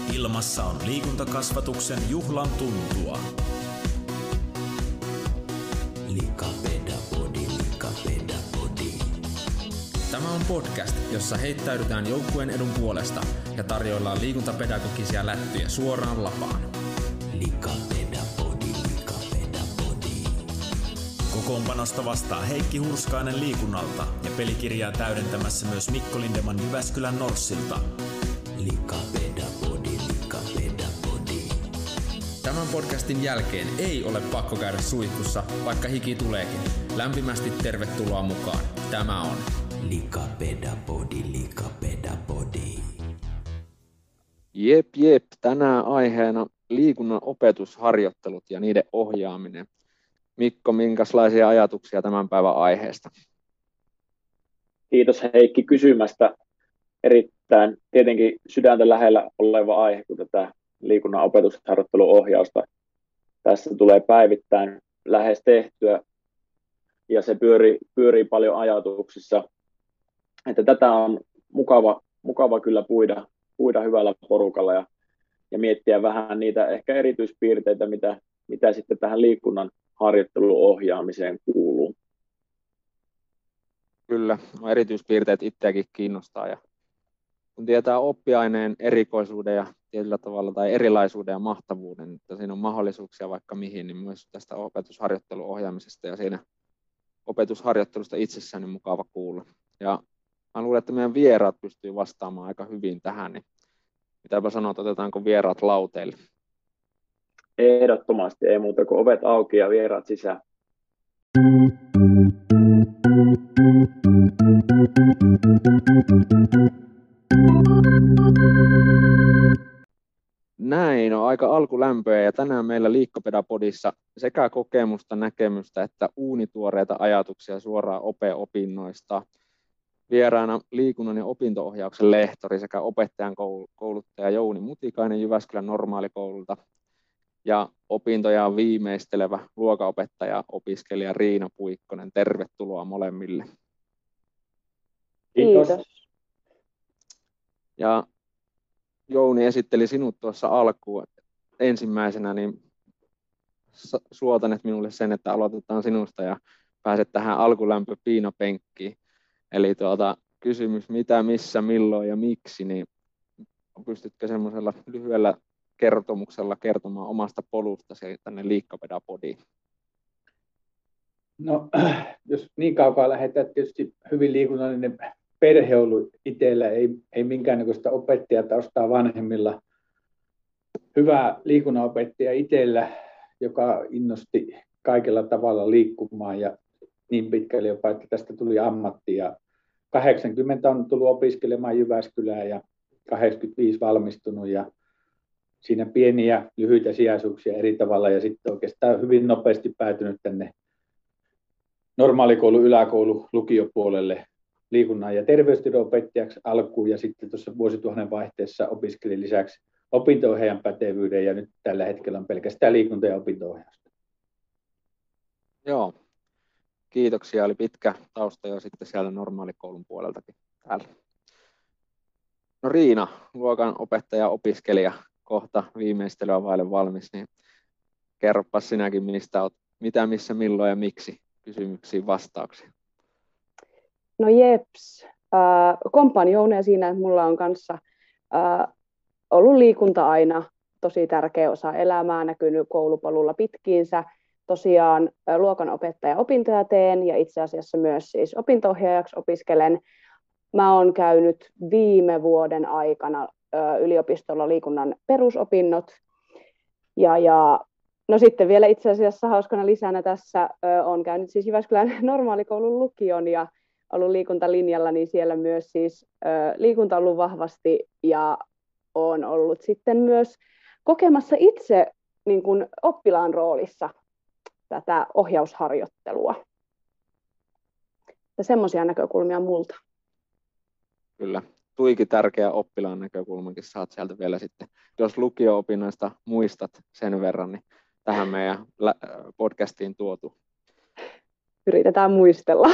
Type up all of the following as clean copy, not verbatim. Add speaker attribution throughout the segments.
Speaker 1: Ilmassa on liikuntakasvatuksen juhlan tuntua. Tämä on podcast, jossa heittäydytään joukkueen edun puolesta ja tarjoillaan liikuntapedagogisia lättyjä suoraan lapaan. Kokoonpanosta vastaa Heikki Hurskainen liikunnalta ja pelikirjaa täydentämässä myös Mikko Lindeman Jyväskylän Norssilta. Tämän podcastin jälkeen ei ole pakko käydä suihkussa, vaikka hiki tuleekin. Lämpimästi tervetuloa mukaan. Tämä on Likapedapodi.
Speaker 2: Jep. Tänään aiheena liikunnan opetusharjoittelut ja niiden ohjaaminen. Mikko, minkälaisia ajatuksia tämän päivän aiheesta?
Speaker 3: Kiitos Heikki kysymästä. Erittäin tietenkin sydäntä lähellä oleva aihe, kun tätä liikunnan opetusharjoitteluohjausta tässä tulee päivittäin lähes tehtyä ja se pyörii paljon ajatuksissa. Että tätä on mukava kyllä puida hyvällä porukalla ja miettiä vähän niitä ehkä erityispiirteitä, mitä sitten tähän liikunnan harjoitteluohjaamiseen kuuluu.
Speaker 2: Kyllä, erityispiirteet itseäkin kiinnostaa ja kun tietää oppiaineen erikoisuuden ja tietyllä tavalla tai erilaisuuden ja mahtavuuden, että siinä on mahdollisuuksia vaikka mihin, niin myös tästä opetusharjoitteluohjaamisesta ja siinä opetusharjoittelusta itsessään niin mukava kuulla. Ja mä luulen, että meidän vieraat pystyy vastaamaan aika hyvin tähän, niin mitäpä sanot, otetaanko vieraat lauteille?
Speaker 3: Ehdottomasti, ei muuta kuin ovet auki ja vieraat sisään.
Speaker 2: Näin on aika alkulämpöä ja tänään meillä Liikkopedapodissa sekä kokemusta, näkemystä että uunituoreita ajatuksia suoraan OPE-opinnoista. Vieraana liikunnan ja opinto-ohjauksen lehtori sekä opettajan kouluttaja Jouni Mutikainen Jyväskylän Normaalikoululta ja opintojaan viimeistelevä luokanopettaja opiskelija Riina Puikkonen. Tervetuloa molemmille.
Speaker 3: Kiitos.
Speaker 2: Ja Jouni esitteli sinut tuossa alkuun ensimmäisenä, niin suotanet minulle sen, että aloitetaan sinusta ja pääset tähän alkulämpöpiinopenkkiin. Eli kysymys mitä, missä, milloin ja miksi, niin pystytkö semmoisella lyhyellä kertomuksella kertomaan omasta polustasi tänne Liikkopedapodiin?
Speaker 4: No, jos niin kaukaa lähdetään, tietysti hyvin liikunnallinen perhe ollut itsellä, ei minkäännäköistä opettajataustaa vanhemmilla. Hyvä liikunnanopettaja itsellä, joka innosti kaikella tavalla liikkumaan ja niin pitkälle jopa, että tästä tuli ammatti. Ja 80 on tullut opiskelemaan Jyväskylään ja 85 valmistunut ja siinä pieniä lyhyitä sijaisuuksia eri tavalla ja sitten oikeastaan hyvin nopeasti päätynyt tänne normaalikoulu, yläkoulu, lukiopuolelle liikunnan ja terveystiedon opettajaksi alkuun ja sitten tuossa vuosituhannen vaihteessa opiskelin lisäksi opinto-ohjaajan pätevyyden ja nyt tällä hetkellä on pelkästään liikunta- ja opinto-ohjausta.
Speaker 2: Joo, kiitoksia. Oli pitkä tausta jo sitten siellä normaalikoulun puoleltakin täällä. No Riina, luokan opettaja, opiskelija, kohta viimeistelyä vaille valmis, niin kerropas sinäkin, mistä olet, mitä, missä, milloin ja miksi kysymyksiin vastauksia.
Speaker 5: No jeps, komppaan Jounea siinä, että mulla on kanssa ollut liikunta aina tosi tärkeä osa elämää, näkynyt koulupolulla pitkiinsä. Tosiaan luokanopettaja opintoja teen ja itse asiassa myös siis opinto-ohjaajaksi opiskelen. Mä oon käynyt viime vuoden aikana yliopistolla liikunnan perusopinnot no sitten vielä itse asiassa hauskana lisänä tässä on käynyt siis Jyväskylän normaalikoulun lukion ja ollut liikuntalinjalla, niin siellä myös siis liikunta on ollut vahvasti ja olen ollut sitten myös kokemassa itse niin kuin oppilaan roolissa tätä ohjausharjoittelua. Ja semmoisia näkökulmia multa.
Speaker 2: Kyllä, tuiki tärkeä oppilaan näkökulmakin saat sieltä vielä sitten. Jos lukio-opinnoista muistat sen verran, niin tähän meidän podcastiin tuotu.
Speaker 5: Yritetään muistella.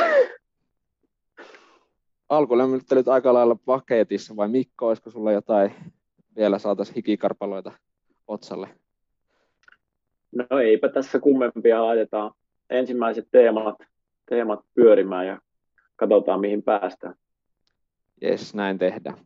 Speaker 2: Alkulämmittelyt aika lailla paketissa vai Mikko, olisiko sulla jotain vielä saataisiin hikikarpaloita otsalle?
Speaker 3: No eipä tässä kummempia, laitetaan ensimmäiset teemat pyörimään ja katsotaan mihin päästään.
Speaker 2: Jes, näin tehdään.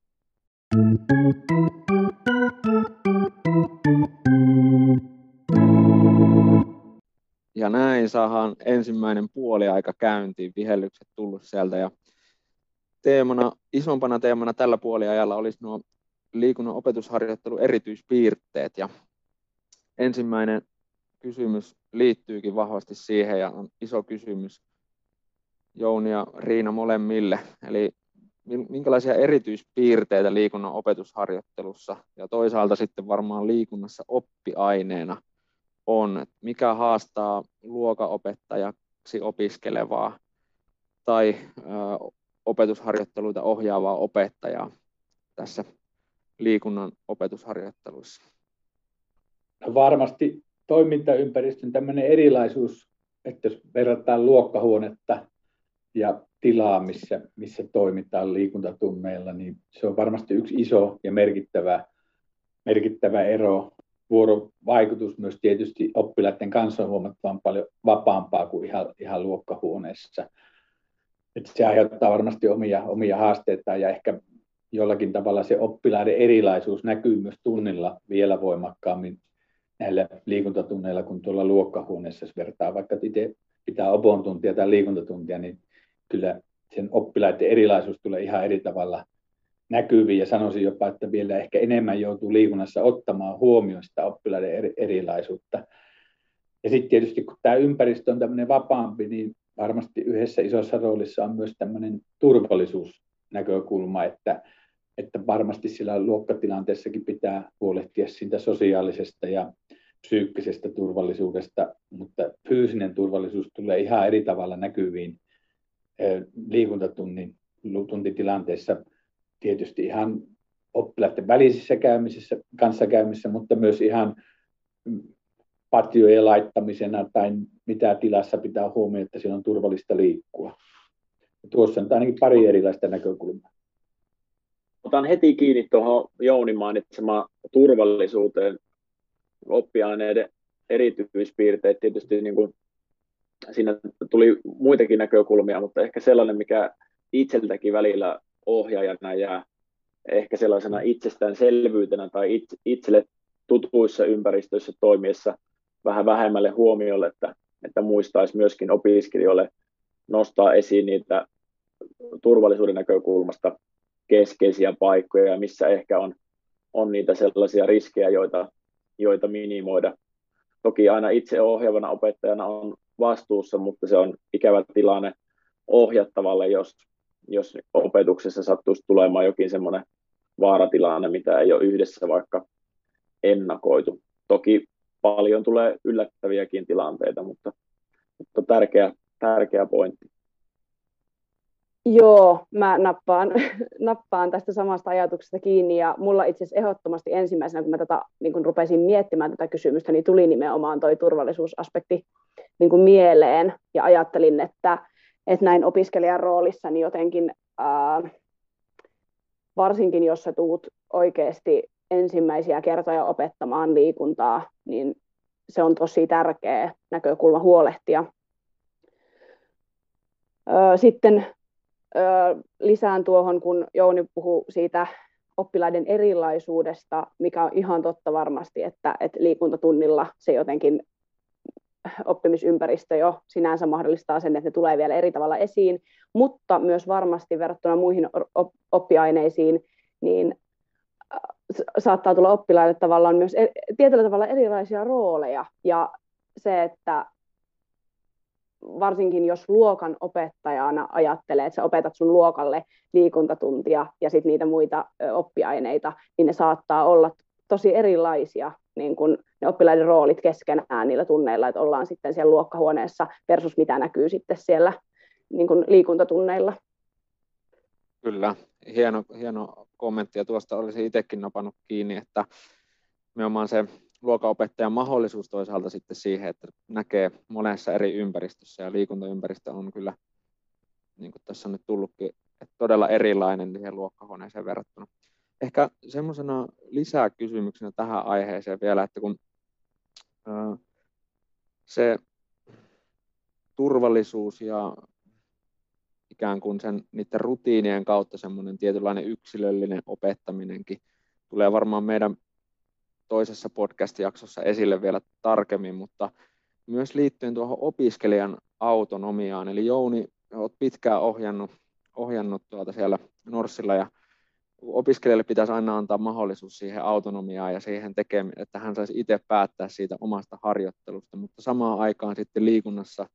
Speaker 2: Ja näin saadaan ensimmäinen puoliaika käyntiin, vihellykset tullut sieltä. Ja isompana teemana tällä puoliajalla olisi nuo liikunnan opetusharjoittelun erityispiirteet. Ja ensimmäinen kysymys liittyykin vahvasti siihen ja on iso kysymys Jouni ja Riina molemmille. Eli minkälaisia erityispiirteitä liikunnan opetusharjoittelussa ja toisaalta sitten varmaan liikunnassa oppiaineena on, mikä haastaa luokanopettajaksi opiskelevaa tai opetusharjoitteluita ohjaavaa opettajaa tässä liikunnan opetusharjoittelussa?
Speaker 4: No varmasti toimintaympäristön tämmöinen erilaisuus, että jos verrataan luokkahuonetta ja tilaa, missä toimitaan liikuntatunneilla, niin se on varmasti yksi iso ja merkittävä ero. Vuorovaikutus myös tietysti oppilaiden kanssa on huomattavan paljon vapaampaa kuin ihan luokkahuoneessa. Että se aiheuttaa varmasti omia haasteitaan ja ehkä jollakin tavalla se oppilaiden erilaisuus näkyy myös tunnilla vielä voimakkaammin näillä liikuntatunneilla kuin tuolla luokkahuoneessa. Jos vertaa vaikka itse pitää opon tuntia tai liikuntatuntia, niin kyllä sen oppilaiden erilaisuus tulee ihan eri tavalla näkyviin ja sanoisin jopa, että vielä ehkä enemmän joutuu liikunnassa ottamaan huomioon sitä oppilaiden erilaisuutta. Ja sitten tietysti kun tämä ympäristö on tämmöinen vapaampi, niin varmasti yhdessä isossa roolissa on myös tämmöinen turvallisuusnäkökulma, että varmasti sillä luokkatilanteessakin pitää huolehtia siitä sosiaalisesta ja psyykkisestä turvallisuudesta, mutta fyysinen turvallisuus tulee ihan eri tavalla näkyviin liikuntatuntitilanteessa. Tietysti ihan oppilaiden välisissä kanssakäymissä, mutta myös ihan patjojen laittamisena tai mitä tilassa pitää huomioida, että siellä on turvallista liikkua. Ja tuossa on ainakin pari erilaista näkökulmaa.
Speaker 3: Otan heti kiinni tuohon Jouni mainitsemaan turvallisuuteen. Oppiaineiden erityispiirteet tietysti niin kuin, siinä tuli muitakin näkökulmia, mutta ehkä sellainen, mikä itseltäkin välillä ohjaajana jää ehkä sellaisena itsestäänselvyytenä tai itselle tutuissa ympäristöissä toimiessa vähän vähemmälle huomiolle, että muistaisi myöskin opiskelijoille nostaa esiin niitä turvallisuuden näkökulmasta keskeisiä paikkoja, missä ehkä on niitä sellaisia riskejä, joita minimoida. Toki aina itse ohjaavana opettajana on vastuussa, mutta se on ikävä tilanne ohjattavalle, jos opetuksessa sattuisi tulemaan jokin semmoinen vaaratilanne, mitä ei ole yhdessä vaikka ennakoitu. Toki paljon tulee yllättäviäkin tilanteita, mutta tärkeä pointti.
Speaker 5: Joo, mä nappaan tästä samasta ajatuksesta kiinni ja mulla itse asiassa ehdottomasti ensimmäisenä, kun mä niin rupesin miettimään tätä kysymystä, niin tuli nimenomaan toi turvallisuusaspekti niin kuin mieleen ja ajattelin, että näin opiskelijan roolissa niin jotenkin varsinkin jos sä tuut oikeasti ensimmäisiä kertoja opettamaan liikuntaa, niin se on tosi tärkeä näkökulma huolehtia. Sitten lisään tuohon, kun Jouni puhui siitä oppilaiden erilaisuudesta, mikä on ihan totta varmasti, että liikuntatunnilla se jotenkin oppimisympäristö jo sinänsä mahdollistaa sen, että ne tulee vielä eri tavalla esiin, mutta myös varmasti verrattuna muihin oppiaineisiin, niin saattaa tulla oppilaille tavallaan myös tietyllä tavalla erilaisia rooleja, ja se, että varsinkin jos luokan opettajana ajattelee, että sä opetat sun luokalle liikuntatuntia ja sitten niitä muita oppiaineita, niin ne saattaa olla tosi erilaisia niin kun ne oppilaiden roolit keskenään niillä tunneilla, että ollaan sitten siellä luokkahuoneessa versus mitä näkyy sitten siellä niin kun liikuntatunneilla.
Speaker 2: Kyllä, hieno kommentti ja tuosta olisi itsekin napannut kiinni, että nimenomaan se luokanopettajan mahdollisuus toisaalta sitten siihen, että näkee monessa eri ympäristössä ja liikuntaympäristö on kyllä, niin kuin tässä on nyt tullutkin, että todella erilainen siihen luokkahuoneeseen verrattuna. ehkä semmoisena lisäkysymyksenä tähän aiheeseen vielä, että kun se turvallisuus ja ikään kuin niiden rutiinien kautta semmoinen tietynlainen yksilöllinen opettaminenkin tulee varmaan meidän toisessa podcast-jaksossa esille vielä tarkemmin, mutta myös liittyen tuohon opiskelijan autonomiaan. Eli Jouni, olet pitkään ohjannut siellä Norssilla, ja opiskelijalle pitäisi aina antaa mahdollisuus siihen autonomiaan ja siihen tekemiseen, että hän saisi itse päättää siitä omasta harjoittelusta, mutta samaan aikaan sitten liikunnassa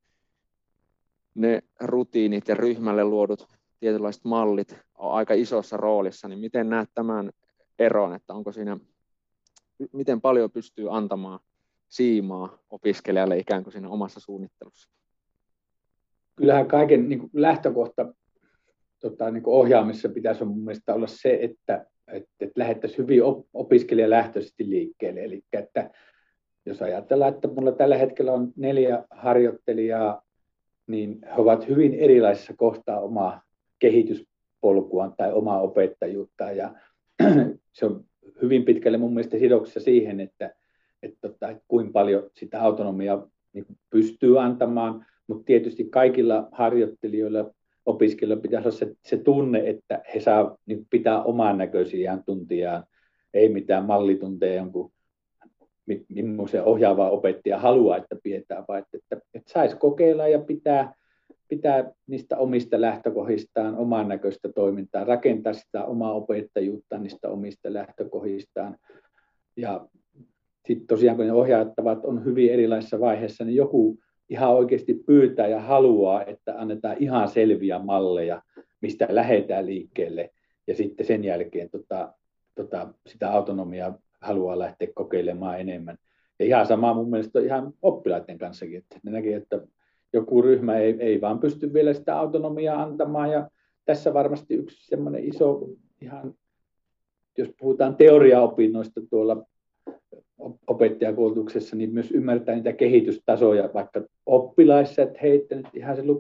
Speaker 2: ne rutiinit ja ryhmälle luodut tietynlaiset mallit on aika isossa roolissa, niin miten näet tämän eron, että onko siinä, miten paljon pystyy antamaan siimaa opiskelijalle ikään kuin siinä omassa suunnittelussa?
Speaker 4: Kyllähän kaiken niin kuin lähtökohta niin kuin ohjaamisessa pitäisi mun mielestä olla se, että lähdettäisiin hyvin opiskelijalähtöisesti liikkeelle. Eli että jos ajatellaan, että minulla tällä hetkellä on 4 harjoittelijaa, niin he ovat hyvin erilaisissa kohtaa omaa kehityspolkuaan tai omaa opettajuuttaan. Ja se on hyvin pitkälle mun mielestä sidoksissa siihen, että kuinka paljon sitä autonomiaa niin pystyy antamaan, mutta tietysti kaikilla harjoittelijoilla, opiskelijoilla pitäisi olla se tunne, että he saa niin pitää oman näköisiään tuntiaan, ei mitään mallitunteja jonkun millaisen ohjaava opettaja haluaa, että pidetään, vaan että saisi kokeilla ja pitää niistä omista lähtökohdistaan oman näköistä toimintaa, rakentaa sitä omaa opettajuutta niistä omista lähtökohdistaan. Ja sitten tosiaan, kun ne ohjaattavat on hyvin erilaisissa vaiheissa, niin joku ihan oikeasti pyytää ja haluaa, että annetaan ihan selviä malleja, mistä lähdetään liikkeelle, ja sitten sen jälkeen sitä autonomiaa haluaa lähteä kokeilemaan enemmän. Ja ihan sama mun mielestä on ihan oppilaiden kanssakin, että ne näkee, että joku ryhmä ei vaan pysty vielä sitä autonomiaa antamaan, ja tässä varmasti yksi semmoinen iso, ihan, jos puhutaan teoriaopinnoista tuolla opettajakoulutuksessa, niin myös ymmärtää niitä kehitystasoja vaikka oppilaissa, että heittänyt ihan se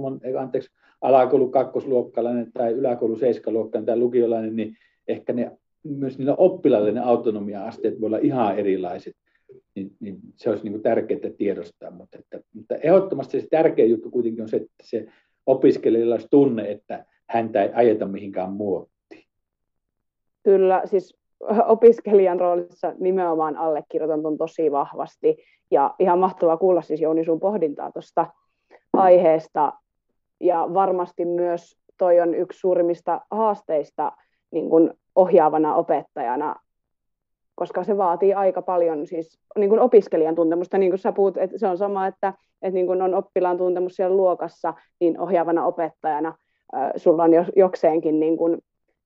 Speaker 4: alakoulu kakkosluokkalainen tai yläkoulu seiskaluokkalainen tai lukiolainen, niin ehkä myös niillä oppilailla ne autonomia-asteet voi olla ihan erilaiset, niin se olisi niin kuin tärkeää tiedostaa, mutta ehdottomasti se tärkeä juttu kuitenkin on se, että se opiskelijalla olisi tunne, että häntä ei ajeta mihinkään muottiin.
Speaker 5: Kyllä, siis opiskelijan roolissa nimenomaan allekirjoitan ton tosi vahvasti, ja ihan mahtavaa kuulla siis Jouni sun pohdintaa tuosta aiheesta, ja varmasti myös toi on yksi suurimmista haasteista niin kuin ohjaavana opettajana, koska se vaatii aika paljon siis niin kuin opiskelijan tuntemusta, niin kuin sä puhut, että se on sama, että niin kuin on oppilaan tuntemus siellä luokassa, niin ohjaavana opettajana sulla on jokseenkin niin kuin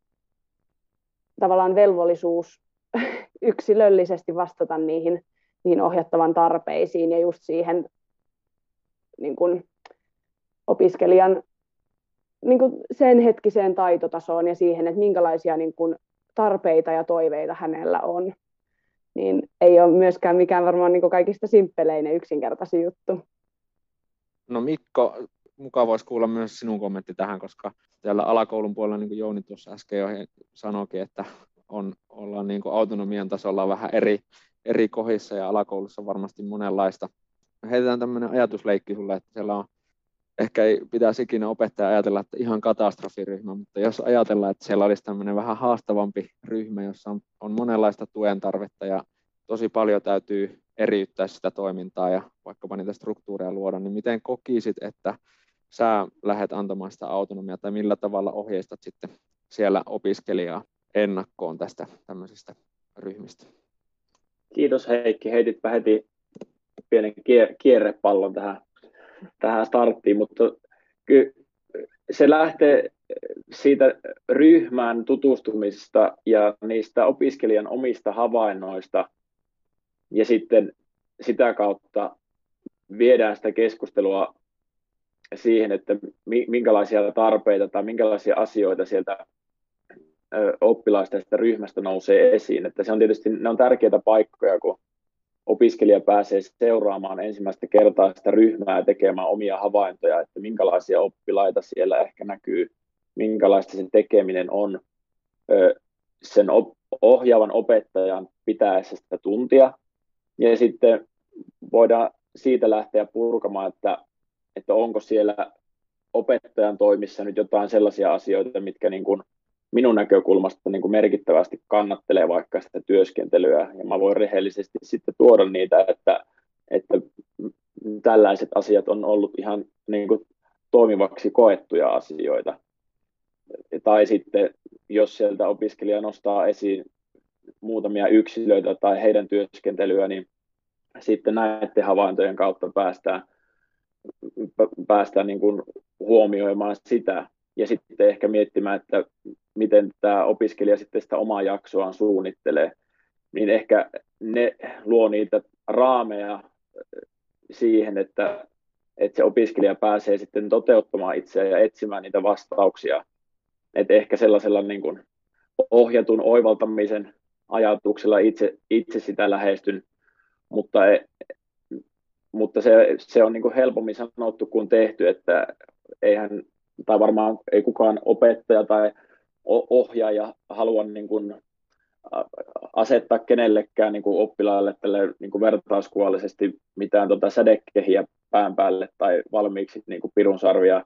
Speaker 5: tavallaan velvollisuus yksilöllisesti vastata niihin ohjattavan tarpeisiin ja just siihen niin kuin opiskelijan niin kuin sen hetkiseen taitotasoon ja siihen, että minkälaisia niin kuin tarpeita ja toiveita hänellä on. Niin ei ole myöskään mikään varmaan niin kuin kaikista simppeleinen yksinkertaisin juttu.
Speaker 2: No Mikko, mukaan voisi kuulla myös sinun kommentti tähän, koska täällä alakoulun puolella, niin kuin Jouni tuossa äsken jo sanoikin, että ollaan niin kuin autonomian tasolla vähän eri kohdissa ja alakoulussa varmasti monenlaista. Heitetään tämmöinen ajatusleikki sulle, että siellä on, ehkä ei pitäisi ikinä opettaja ajatella, että ihan katastrofiryhmä, mutta jos ajatellaan, että siellä olisi tämmöinen vähän haastavampi ryhmä, jossa on monenlaista tuen tarvetta ja tosi paljon täytyy eriyttää sitä toimintaa ja vaikkapa niitä struktuureja luoda, niin miten kokisit, että sä lähdet antamaan sitä autonomiaa tai millä tavalla ohjeistat sitten siellä opiskelijaa ennakkoon tästä tämmöisistä ryhmistä?
Speaker 3: Kiitos Heikki, heititpä heti pienen kierrepallon tähän starttiin, mutta se lähtee siitä ryhmään tutustumisesta ja niistä opiskelijan omista havainnoista ja sitten sitä kautta viedään sitä keskustelua siihen, että minkälaisia tarpeita tai minkälaisia asioita sieltä oppilaista ja sitä ryhmästä nousee esiin. Että se on tietysti, ne on tärkeitä paikkoja, kun opiskelija pääsee seuraamaan ensimmäistä kertaa sitä ryhmää ja tekemään omia havaintoja, että minkälaisia oppilaita siellä ehkä näkyy, minkälaista sen tekeminen on. sen ohjaavan opettajan pitäessä sitä tuntia, ja sitten voidaan siitä lähteä purkamaan, että onko siellä opettajan toimissa nyt jotain sellaisia asioita, mitkä niin kuin minun näkökulmasta niin kuin merkittävästi kannattelee vaikka sitä työskentelyä, ja mä voin rehellisesti sitten tuoda niitä, että tällaiset asiat on ollut ihan niin kuin toimivaksi koettuja asioita. Tai sitten, jos sieltä opiskelija nostaa esiin muutamia yksilöitä tai heidän työskentelyä, niin sitten näiden havaintojen kautta päästään niin kuin huomioimaan sitä ja sitten ehkä miettimään, että miten tämä opiskelija sitten sitä omaa jaksoaan suunnittelee, niin ehkä ne luo niitä raameja siihen, että se opiskelija pääsee sitten toteuttamaan itseään ja etsimään niitä vastauksia. Että ehkä sellaisella niin kuin ohjatun oivaltamisen ajatuksella itse sitä lähestyn, mutta se on niin kuin helpommin sanottu kuin tehty, että tai varmaan ei kukaan opettaja tai ohjaaja halua niin kuin asettaa kenellekään niin kuin oppilaalle tälle niin kuin vertauskuvallisesti mitään sädekehiä pään päälle tai valmiiksi niin kuin pirunsarvia,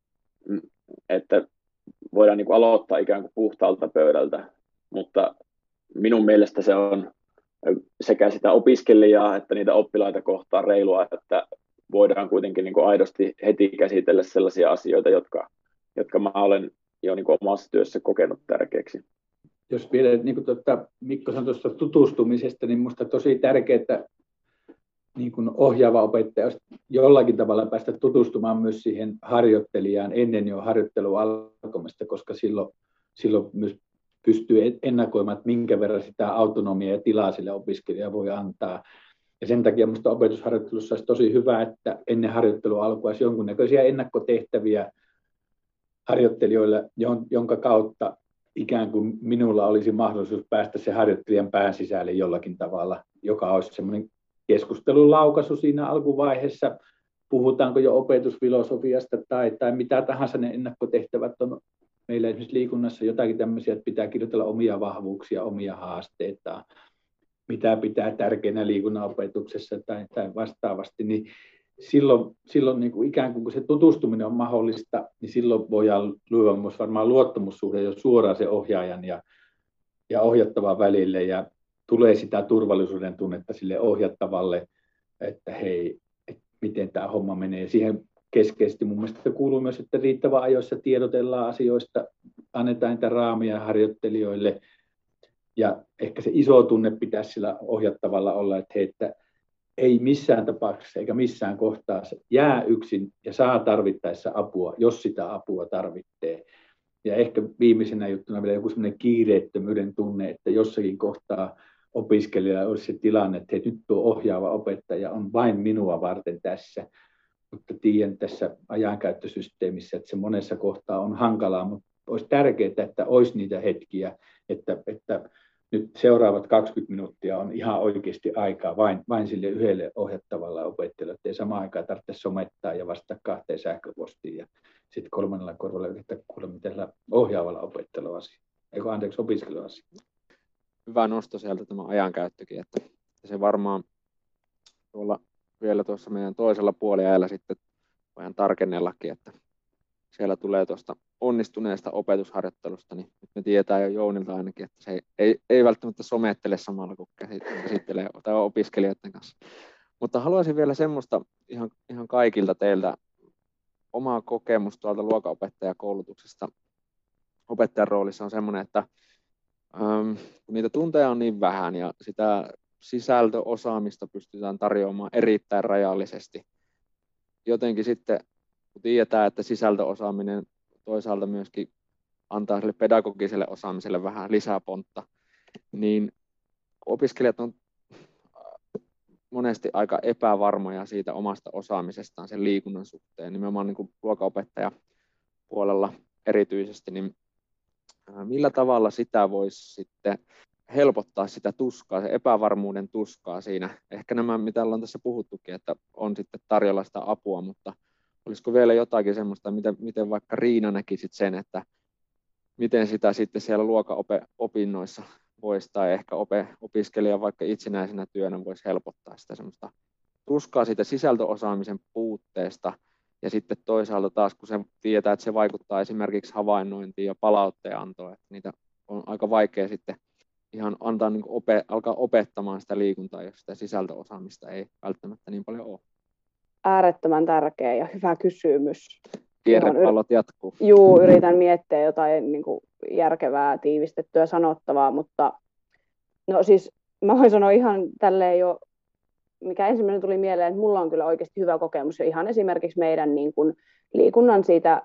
Speaker 3: että voidaan niin kuin aloittaa ikään kuin puhtaalta pöydältä, mutta minun mielestä se on sekä sitä opiskelijaa että niitä oppilaita kohtaan reilua, että voidaan kuitenkin niin kuin aidosti heti käsitellä sellaisia asioita, jotka mä olen jo niin kuin omassa työssä kokenut tärkeäksi.
Speaker 4: Jos vielä niin kuin Mikko sanoi tuosta tutustumisesta, niin minusta tosi tärkeää niin kuin ohjaava opettaja olisi jollakin tavalla päästä tutustumaan myös siihen harjoittelijaan ennen jo harjoittelun alkamista, koska silloin myös pystyy ennakoimaan, että minkä verran sitä autonomiaa ja tilaa sille opiskelijalle voi antaa. Ja sen takia minusta opetusharjoittelussa olisi tosi hyvä, että ennen harjoittelun alkua olisi jonkunnäköisiä ennakkotehtäviä harjoittelijoille, jonka kautta ikään kuin minulla olisi mahdollisuus päästä se harjoittelijan pään sisälle jollakin tavalla, joka olisi semmoinen keskustelun laukaisu siinä alkuvaiheessa. Puhutaanko jo opetusfilosofiasta tai mitä tahansa ne ennakkotehtävät on. Meillä esimerkiksi liikunnassa jotakin tämmöisiä, että pitää kirjoitella omia vahvuuksia, omia haasteita, mitä pitää tärkeänä liikunnan opetuksessa tai vastaavasti, niin silloin niin kuin ikään kuin kun se tutustuminen on mahdollista, niin silloin voidaan luoda myös varmaan luottamussuhde jo suoraan se ohjaajan ja ohjattavan välille, ja tulee sitä turvallisuuden tunnetta sille ohjattavalle, että hei, miten tämä homma menee. Siihen keskeisesti mun mielestä kuuluu myös, että riittävän ajoissa tiedotellaan asioista, annetaan niitä raamia harjoittelijoille, ja ehkä se iso tunne pitäisi sillä ohjattavalla olla, että hei, että ei missään tapauksessa eikä missään kohtaa jää yksin ja saa tarvittaessa apua, jos sitä apua tarvitsee. Ja ehkä viimeisenä juttuna vielä joku sellainen kiireettömyyden tunne, että jossakin kohtaa opiskelijalla olisi se tilanne, että hei, nyt tuo ohjaava opettaja on vain minua varten tässä. Mutta tiedän tässä ajankäyttösysteemissä, että se monessa kohtaa on hankalaa, mutta olisi tärkeää, että olisi niitä hetkiä, että nyt seuraavat 20 minuuttia on ihan oikeasti aikaa vain sille yhdelle ohjattavalle opettajalle, että ei samaan aikaan tarvitse somettaa ja vastata 2 sähköpostiin ja sitten 3. korvalla yrittää kuulla, miten ohjaavalla opettajalla on opiskelijalla asia.
Speaker 2: Hyvä nosto sieltä tämä ajankäyttökin, että se varmaan vielä tuossa meidän toisella puoliajalla sitten voidaan tarkennellakin, että siellä tulee tuosta onnistuneesta opetusharjoittelusta, niin nyt me tietää jo Jounilta ainakin, että se ei välttämättä somettele samalla kuin käsittelee tai opiskelijoiden kanssa. Mutta haluaisin vielä semmoista ihan kaikilta teiltä omaa kokemusta tuolta luokanopettajakoulutuksesta. Opettajan roolissa on semmoinen, että kun niitä tunteja on niin vähän ja sitä sisältöosaamista pystytään tarjoamaan erittäin rajallisesti. Jotenkin sitten, kun tiedetään, että sisältöosaaminen toisaalta myöskin antaa sille pedagogiselle osaamiselle vähän lisää pontta, niin opiskelijat on monesti aika epävarmoja siitä omasta osaamisestaan sen liikunnan suhteen, nimenomaan niin kuin luokanopettaja puolella erityisesti, niin millä tavalla sitä voisi sitten helpottaa sitä tuskaa, se epävarmuuden tuskaa siinä. Ehkä nämä, mitä ollaan tässä puhuttukin, että on sitten tarjolla sitä apua, mutta olisiko vielä jotakin semmoista, miten vaikka Riina näkisit sen, että miten sitä sitten siellä luokanopinnoissa voisi, tai ehkä opiskelija vaikka itsenäisenä työnä voisi helpottaa sitä semmoista tuskaa siitä sisältöosaamisen puutteesta, ja sitten toisaalta taas, kun se tietää, että se vaikuttaa esimerkiksi havainnointiin ja palautteenantoon, että niitä on aika vaikea sitten ihan antaa niin alkaa opettamaan sitä liikuntaa, jos sitä sisältöosaamista ei välttämättä niin paljon ole.
Speaker 5: Äärettömän tärkeä ja hyvä kysymys.
Speaker 2: Kierrepallot jatkuu.
Speaker 5: Juu, yritän miettiä jotain niin kuin järkevää, tiivistettyä sanottavaa, mutta no siis mä voin sanoa ihan tälleen jo, mikä ensimmäinen tuli mieleen, että mulla on kyllä oikeasti hyvä kokemus jo ihan esimerkiksi meidän niin kuin liikunnan siitä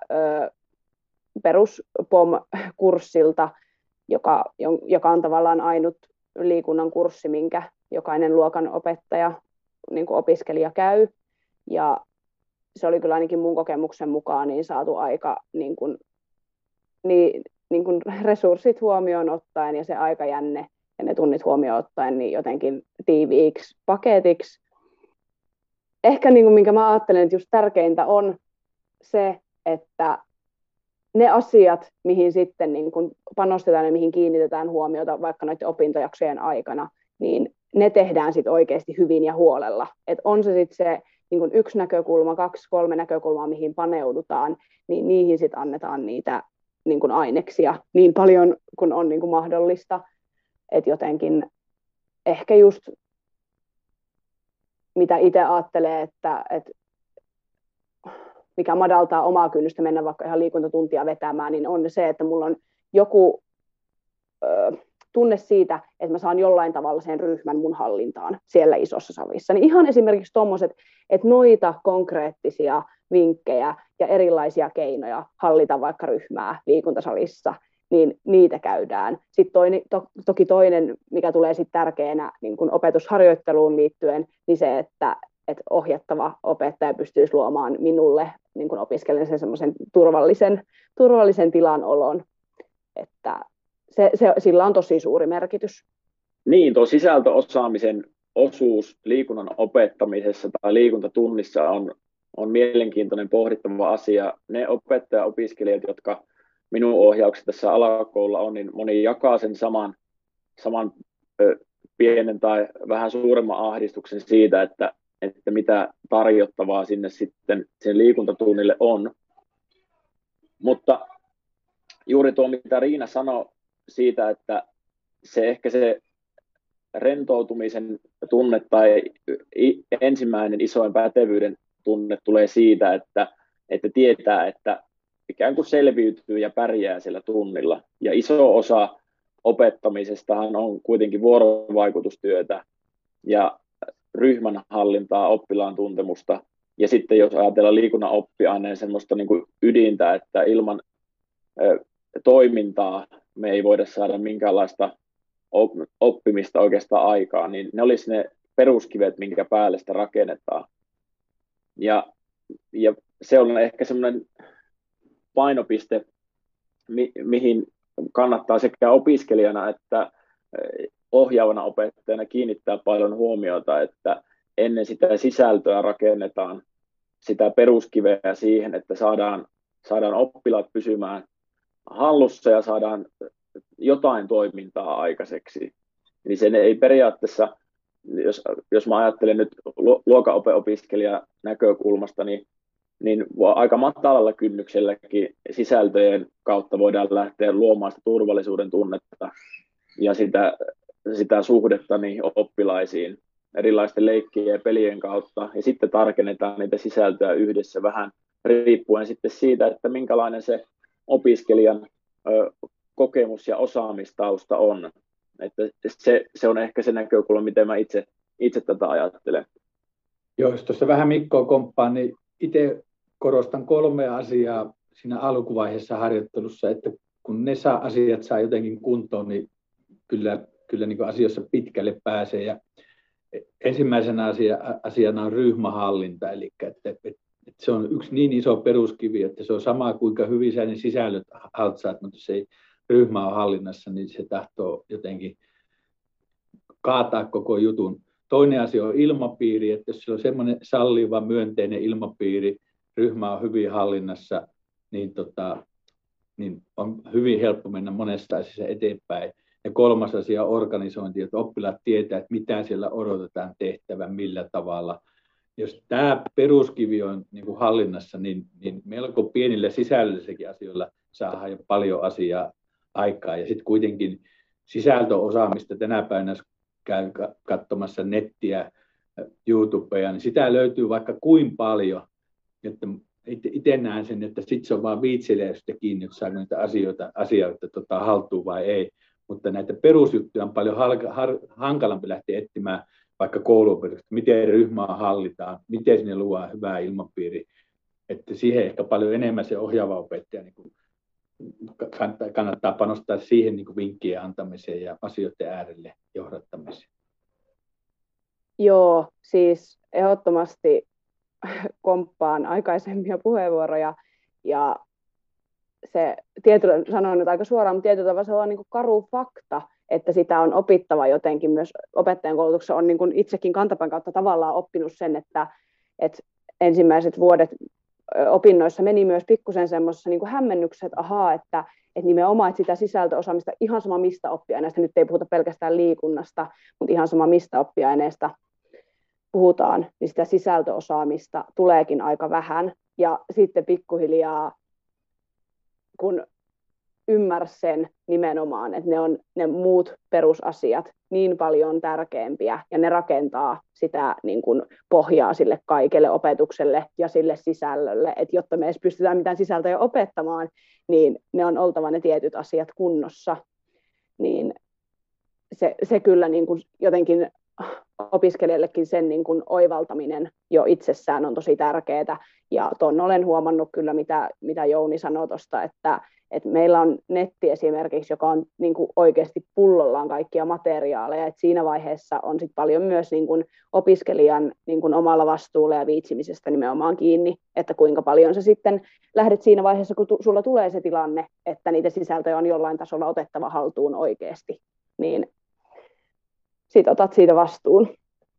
Speaker 5: peruspom-kurssilta, joka on tavallaan ainut liikunnan kurssi, minkä jokainen luokan opettaja, niin kuin opiskelija käy. Ja se oli kyllä ainakin mun kokemuksen mukaan niin saatu aika niin kuin resurssit huomioon ottaen ja se aikajänne ja ne tunnit huomioon ottaen niin jotenkin tiiviiksi paketiksi. Ehkä niin kuin, minkä mä ajattelen, että just tärkeintä on se, että ne asiat, mihin sitten niin kuin panostetaan ja mihin kiinnitetään huomiota vaikka noiden opintojaksojen aikana, niin ne tehdään sitten oikeasti hyvin ja huolella. Et on se sitten se niin kuin 1 näkökulma, 2, 3 näkökulmaa, mihin paneudutaan, niin niihin sitten annetaan niitä niin kuin aineksia niin paljon kuin on niin kuin mahdollista. Että jotenkin ehkä just mitä itse ajattelee, että mikä madaltaa omaa kynnystä mennä vaikka ihan liikuntatuntia vetämään, niin on se, että mulla on joku tunne siitä, että mä saan jollain tavalla sen ryhmän mun hallintaan siellä isossa salissa. Niin ihan esimerkiksi tommoset, että noita konkreettisia vinkkejä ja erilaisia keinoja hallita vaikka ryhmää liikuntasalissa, niin niitä käydään. Sitten toki toinen, mikä tulee sitten tärkeänä niin kun opetusharjoitteluun liittyen, niin se, että ohjattava opettaja pystyisi luomaan minulle niin kun opiskelen sen semmoisen turvallisen tilan olon, että sillä on tosi suuri merkitys.
Speaker 3: Niin, tuo sisältöosaamisen osuus liikunnan opettamisessa tai liikuntatunnissa on mielenkiintoinen pohdittava asia. Ne opettaja-opiskelijat, jotka minun ohjauksessa tässä alakoululla on, niin moni jakaa sen saman pienen tai vähän suuremman ahdistuksen siitä, että mitä tarjottavaa sinne sitten sen liikuntatunnille on. Mutta juuri tuo, mitä Riina sanoi siitä, että se rentoutumisen tunne tai ensimmäinen isoin pätevyyden tunne tulee siitä, että tietää, että ikään kuin selviytyy ja pärjää siellä tunnilla. Ja iso osa opettamisestahan on kuitenkin vuorovaikutustyötä ja ryhmän hallintaa, oppilaan tuntemusta. Ja sitten jos ajatellaan liikunnan oppiaineen semmoista niin kuin ydintä, että ilman toimintaa me ei voida saada minkäänlaista oppimista oikeastaan aikaan, niin ne olisi ne peruskivet, minkä päälle sitä rakennetaan. Ja se on ehkä semmoinen painopiste, mihin kannattaa sekä opiskelijana että ohjaavana opettajana kiinnittää paljon huomiota, että ennen sitä sisältöä rakennetaan sitä peruskiveä siihen, että saadaan oppilaat pysymään hallussa ja saadaan jotain toimintaa aikaiseksi. Niin sen ei periaatteessa, jos mä ajattelen nyt luokanopeopiskelijan näkökulmasta, niin aika matalalla kynnykselläkin sisältöjen kautta voidaan lähteä luomaan sitä turvallisuuden tunnetta ja sitä suhdetta niihin oppilaisiin erilaisten leikkien ja pelien kautta. Ja sitten tarkennetaan niitä sisältöjä yhdessä vähän riippuen sitten siitä, että minkälainen se opiskelijan kokemus ja osaamistausta on. Että se on ehkä se näkökulma, miten mä itse tätä ajattelen.
Speaker 4: Joo, jos tuossa vähän Mikkoa komppaan, niin itse korostan 3 asiaa siinä alkuvaiheessa harjoittelussa, että kun ne asiat saa jotenkin kuntoon, niin kyllä niin kuin asioissa pitkälle pääsee. Ja ensimmäisenä asiana on ryhmähallinta, eli että se on yksi niin iso peruskivi, että se on sama kuinka hyvin sä ne sisällöt haltsaat, mutta se ei ryhmä on hallinnassa, niin se tahtoo jotenkin kaataa koko jutun. Toinen asia on ilmapiiri, että jos siellä on semmoinen salliva, myönteinen ilmapiiri, ryhmä on hyvin hallinnassa, niin niin on hyvin helppo mennä monesta asiassa eteenpäin. Ja kolmas asia on organisointi, että oppilaat tietää, että mitä siellä odotetaan tehtävän, millä tavalla. Jos tämä peruskivi on niin kuin hallinnassa, niin melko pienillä sisällöllisilläkin asioilla saadaan jo paljon asiaa aikaa. Ja sitten kuitenkin sisältöosaamista tänä päivänä, jos käy katsomassa nettiä, YouTubea, niin sitä löytyy vaikka kuin paljon. Että itse näen sen, että sitten se on vaan viitseliäistä kiinni, että saako niitä asioita haltuun vai ei. Mutta näitä perusjuttuja on paljon hankalampi lähteä etsimään vaikka kouluopetuksesta, miten ryhmää hallitaan, miten sinne luodaan hyvää ilmapiiri. Että siihen ehkä paljon enemmän se ohjaava opettaja niin kannattaa panostaa siihen niin vinkkien antamiseen ja asioiden äärelle johdattamiseen.
Speaker 5: Joo, siis ehdottomasti komppaan aikaisempia puheenvuoroja ja se tietyllä, sanoin nyt aika suoraan, mutta tietyllä tavalla se on niin kuin karu fakta, että sitä on opittava jotenkin myös opettajan koulutuksessa on niin kuin itsekin kantapään kautta tavallaan oppinut sen, että ensimmäiset vuodet opinnoissa meni myös pikkusen semmoisessa niin kuin hämmennyksessä, että nimenomaan että sitä sisältöosaamista ihan sama mistä oppiaineesta, nyt ei puhuta pelkästään liikunnasta, mutta ihan sama mistä oppiaineesta puhutaan, niin sitä sisältöosaamista tuleekin aika vähän. Ja sitten pikkuhiljaa, kun ymmärsi sen nimenomaan, että ne on ne muut perusasiat niin paljon tärkeämpiä ja ne rakentaa sitä niin kuin pohjaa sille kaikelle opetukselle ja sille sisällölle, että jotta me edes pystytään mitään sisältöjä opettamaan, niin ne on oltava ne tietyt asiat kunnossa. Niin se kyllä niin kuin jotenkin opiskelijallekin sen niin kuin oivaltaminen jo itsessään on tosi tärkeää. Ja tuon olen huomannut kyllä, mitä Jouni sanoi tuosta, että meillä on netti esimerkiksi, joka on niin kuin oikeasti pullollaan kaikkia materiaaleja. Et siinä vaiheessa on sit paljon myös niin kuin opiskelijan niin kuin omalla vastuulla ja viitsimisestä nimenomaan kiinni, että kuinka paljon sä sitten lähdet siinä vaiheessa, kun sulla tulee se tilanne, että niitä sisältöjä on jollain tasolla otettava haltuun oikeasti, niin sit otat siitä vastuun.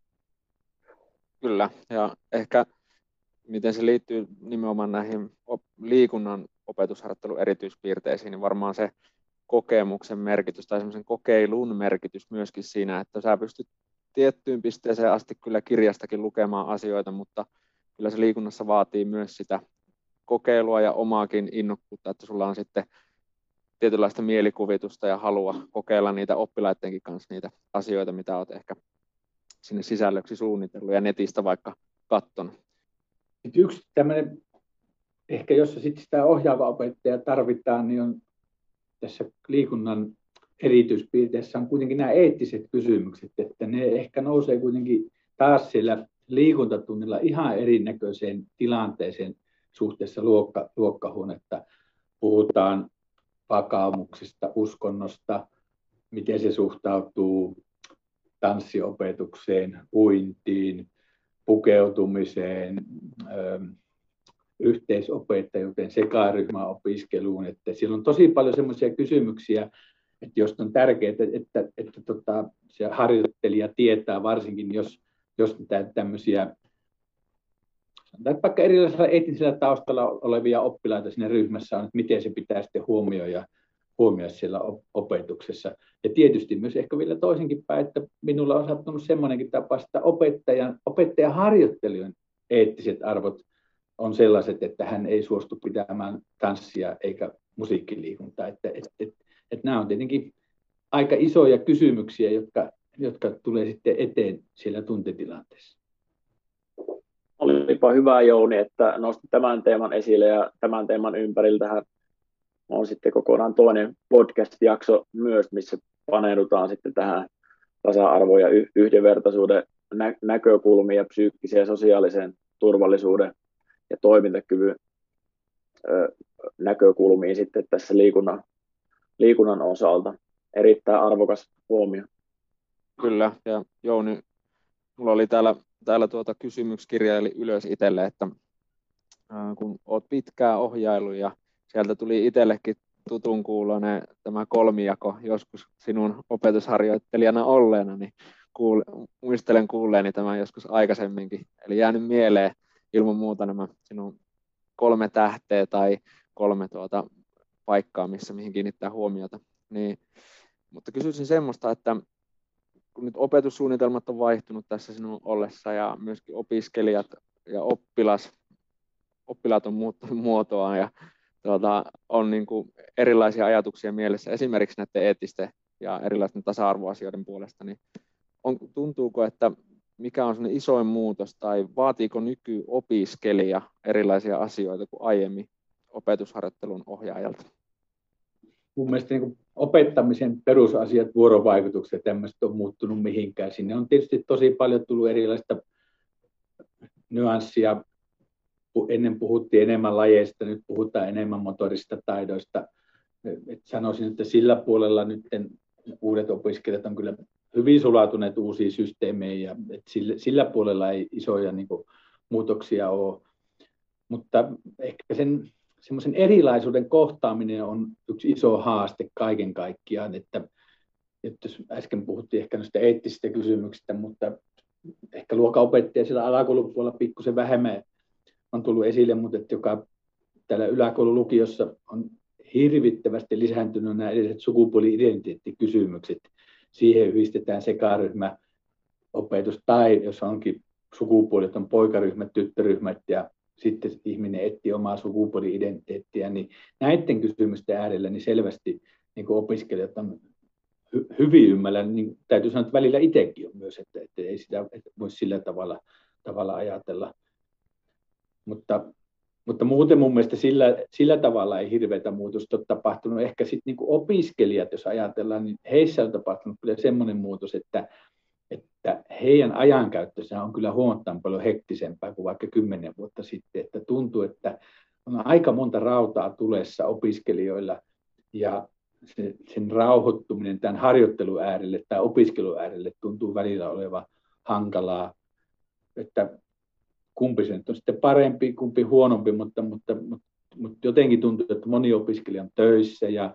Speaker 2: Kyllä, ja ehkä miten se liittyy nimenomaan näihin liikunnan opetusharjoittelun erityispiirteisiin, niin varmaan se kokemuksen merkitys tai semmoisen kokeilun merkitys myöskin siinä, että sä pystyt tiettyyn pisteeseen asti kyllä kirjastakin lukemaan asioita, mutta kyllä se liikunnassa vaatii myös sitä kokeilua ja omaakin innokkuutta, että sulla on sitten tietynlaista mielikuvitusta ja halua kokeilla niitä oppilaidenkin kanssa niitä asioita, mitä olet ehkä sinne sisällöksi suunnitellut ja netistä vaikka katsonut.
Speaker 4: Yksi tämmöinen, ehkä jossa sitten sitä ohjaava opettaja tarvitaan, niin on tässä liikunnan erityispiirteessä on kuitenkin nämä eettiset kysymykset, että ne ehkä nousee kuitenkin taas siellä liikuntatunnilla ihan erinäköiseen tilanteeseen suhteessa luokkahuonetta. Puhutaan vakaumuksesta, uskonnosta, miten se suhtautuu tanssiopetukseen, uintiin, pukeutumiseen, yhteisopettajuuteen, sekaryhmäopiskeluun. Että siellä on tosi paljon semmoisia kysymyksiä, että jos on tärkeää, että se harjoittelija tietää, varsinkin jos tämmöisiä vaikka erilaisilla eettisellä taustalla olevia oppilaita siinä ryhmässä on, että miten se pitää sitten huomioida siellä opetuksessa. Ja tietysti myös ehkä vielä toisenkin päin, että minulla on sattunut semmoinenkin tapa, että opettajan harjoittelijan eettiset arvot on sellaiset, että hän ei suostu pitämään tanssia eikä musiikkiliikuntaa. Että nämä on tietenkin aika isoja kysymyksiä, jotka tulee sitten eteen siellä tuntitilanteessa.
Speaker 3: Olipa hyvä, Jouni, että nostit tämän teeman esille ja tämän teeman ympäriltähän on sitten kokonaan toinen podcast-jakso myös, missä paneudutaan sitten tähän tasa-arvo- ja yhdenvertaisuuden näkökulmiin ja psyykkiseen ja sosiaalisen turvallisuuden ja toimintakyvyn näkökulmiin sitten tässä liikunnan osalta. Erittäin arvokas huomio.
Speaker 2: Kyllä, ja Jouni, mulla oli täällä kysymyskirjaili ylös itselle, että kun olet pitkään ohjailu ja sieltä tuli itsellekin tutun kuuloinen tämä kolmijako joskus sinun opetusharjoittelijana olleena, niin muistelen kuulleeni tämän joskus aikaisemminkin. Eli jäänyt mieleen ilman muuta nämä sinun 3 tähteä tai 3 paikkaa, mihin kiinnittää huomiota. Niin, mutta kysyisin semmoista, että kun nyt opetussuunnitelmat on vaihtunut tässä sinun ollessa ja myöskin opiskelijat ja oppilaat on muuttanut muotoaan ja on niin kuin erilaisia ajatuksia mielessä esimerkiksi näiden eettisten ja erilaisten tasa-arvoasioiden puolesta, niin tuntuuko, että mikä on sellainen isoin muutos tai vaatiiko nykyopiskelija erilaisia asioita kuin aiemmin opetusharjoittelun ohjaajalta?
Speaker 4: Mun mielestä niin opettamisen perusasiat, vuorovaikutukset ja tämmöiset on muuttunut mihinkään. Sinne on tietysti tosi paljon tullut erilaista nyanssia. Ennen puhuttiin enemmän lajeista, nyt puhutaan enemmän motorista taidoista. Et sanoisin, että sillä puolella nyt uudet opiskelijat on kyllä hyvin sulautuneet uusiin systeemeihin ja sillä puolella ei isoja niin kuin, muutoksia ole. Mutta ehkä semmoisen erilaisuuden kohtaaminen on yksi iso haaste kaiken kaikkiaan, että jos äsken puhuttiin ehkä noista eettisistä kysymyksistä, mutta ehkä luokanopettaja siellä alakoulupuolella pikkusen vähemmän on tullut esille, mutta että joka täällä yläkoululukiossa on hirvittävästi lisääntynyt nämä edelliset sukupuoli-identiteettikysymykset. Siihen yhdistetään sekaryhmäopetus tai jos onkin sukupuolet, on poikaryhmät, tyttöryhmät ja sitten ihminen etsii omaa sukupuoli-identiteettiä, niin näiden kysymysten äärellä niin selvästi niin opiskelijat on hyvin ymmällä, niin täytyy sanoa, että välillä itsekin on myös, että ei sitä voi sillä tavalla ajatella. Mutta muuten mun mielestä sillä tavalla ei hirveätä muutosta ole tapahtunut. Ehkä sitten niin opiskelijat, jos ajatellaan, niin heissä on tapahtunut kyllä semmoinen muutos, että heidän ajankäyttönsä on kyllä huomattavan paljon hektisempää kuin vaikka 10 vuotta sitten. Että tuntuu, että on aika monta rautaa tulessa opiskelijoilla ja sen rauhoittuminen tämän harjoittelun äärelle tai opiskelun äärelle tuntuu välillä olevan hankalaa. Että kumpi se nyt on sitten parempi, kumpi huonompi, mutta jotenkin tuntuu, että moni opiskelija on töissä ja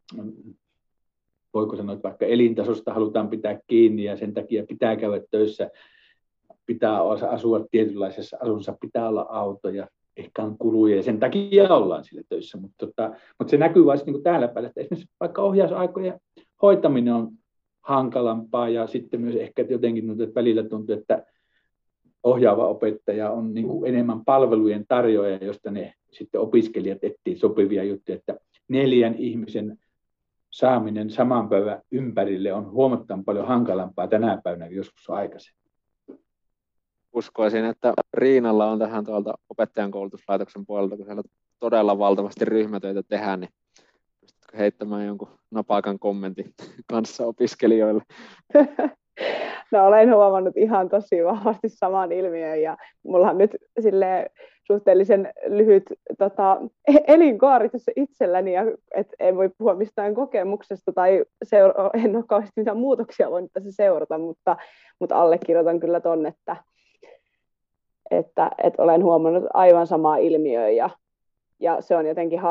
Speaker 4: voiko sanoa, että vaikka elintasosta halutaan pitää kiinni ja sen takia pitää käydä töissä, pitää asua tietynlaisessa asunnossa, pitää olla auto ja ehkä on kuluja ja sen takia ollaan sillä töissä. Mutta se näkyy vain niin täällä päällä, että esimerkiksi vaikka ohjausaikojen hoitaminen on hankalampaa ja sitten myös ehkä jotenkin että välillä tuntuu, että ohjaava opettaja on niin kuin enemmän palvelujen tarjoaja, josta ne sitten opiskelijat etsivät sopivia juttuja, että 4 ihmisen saaminen saman päivän ympärille on huomattavan paljon hankalampaa tänä päivänä kuin joskus aikaisemmin.
Speaker 2: Uskoisin, että Riinalla on tähän tuolta opettajan koulutuslaitoksen puolelta, kun siellä todella valtavasti ryhmätöitä tehdään, niin pystytkö heittämään jonkun napakan kommentin kanssa opiskelijoille?
Speaker 5: No olen huomannut ihan tosi vahvasti saman ilmiön ja mulla on nyt suhteellisen lyhyt elinkaari tässä itselläni, ja en voi puhua mistään kokemuksesta tai en ole kauheasti mitään muutoksia voinut tässä seurata, mutta allekirjoitan kyllä ton, että olen huomannut aivan samaa ilmiöä ja se on jotenkin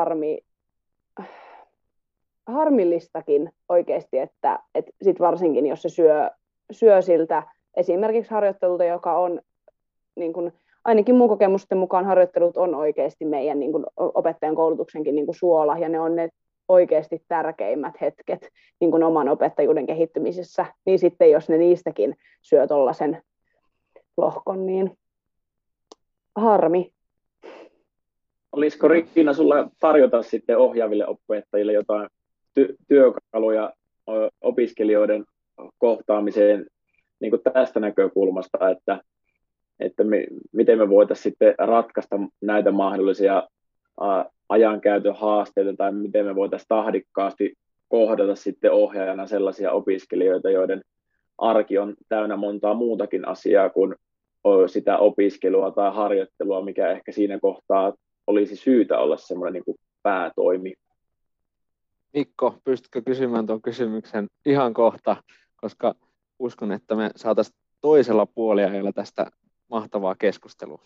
Speaker 5: harmillistakin oikeasti, että sit varsinkin jos se syö siltä esimerkiksi harjoittelulta, joka on niin kuin, ainakin mun kokemusten mukaan harjoittelut on oikeasti meidän niin kuin opettajan koulutuksenkin niin kuin suola, ja ne on ne oikeasti tärkeimmät hetket niin kuin oman opettajuuden kehittymisessä, niin sitten jos ne niistäkin syö tollaisen lohkon, niin harmi.
Speaker 3: Olisiko Riina sulla tarjota sitten ohjaaville opettajille jotain työkaluja opiskelijoiden kohtaamiseen niin kuin tästä näkökulmasta, että miten me voitaisiin sitten ratkaista näitä mahdollisia ajankäytön haasteita tai miten me voitaisiin tahdikkaasti kohdata sitten ohjaajana sellaisia opiskelijoita, joiden arki on täynnä montaa muutakin asiaa kuin sitä opiskelua tai harjoittelua, mikä ehkä siinä kohtaa olisi syytä olla semmoinen niin kuin päätoimi.
Speaker 2: Mikko, pystytkö kysymään tuon kysymyksen ihan kohta, koska uskon, että me saataisiin toisella puoliajalla tästä mahtavaa keskustelua.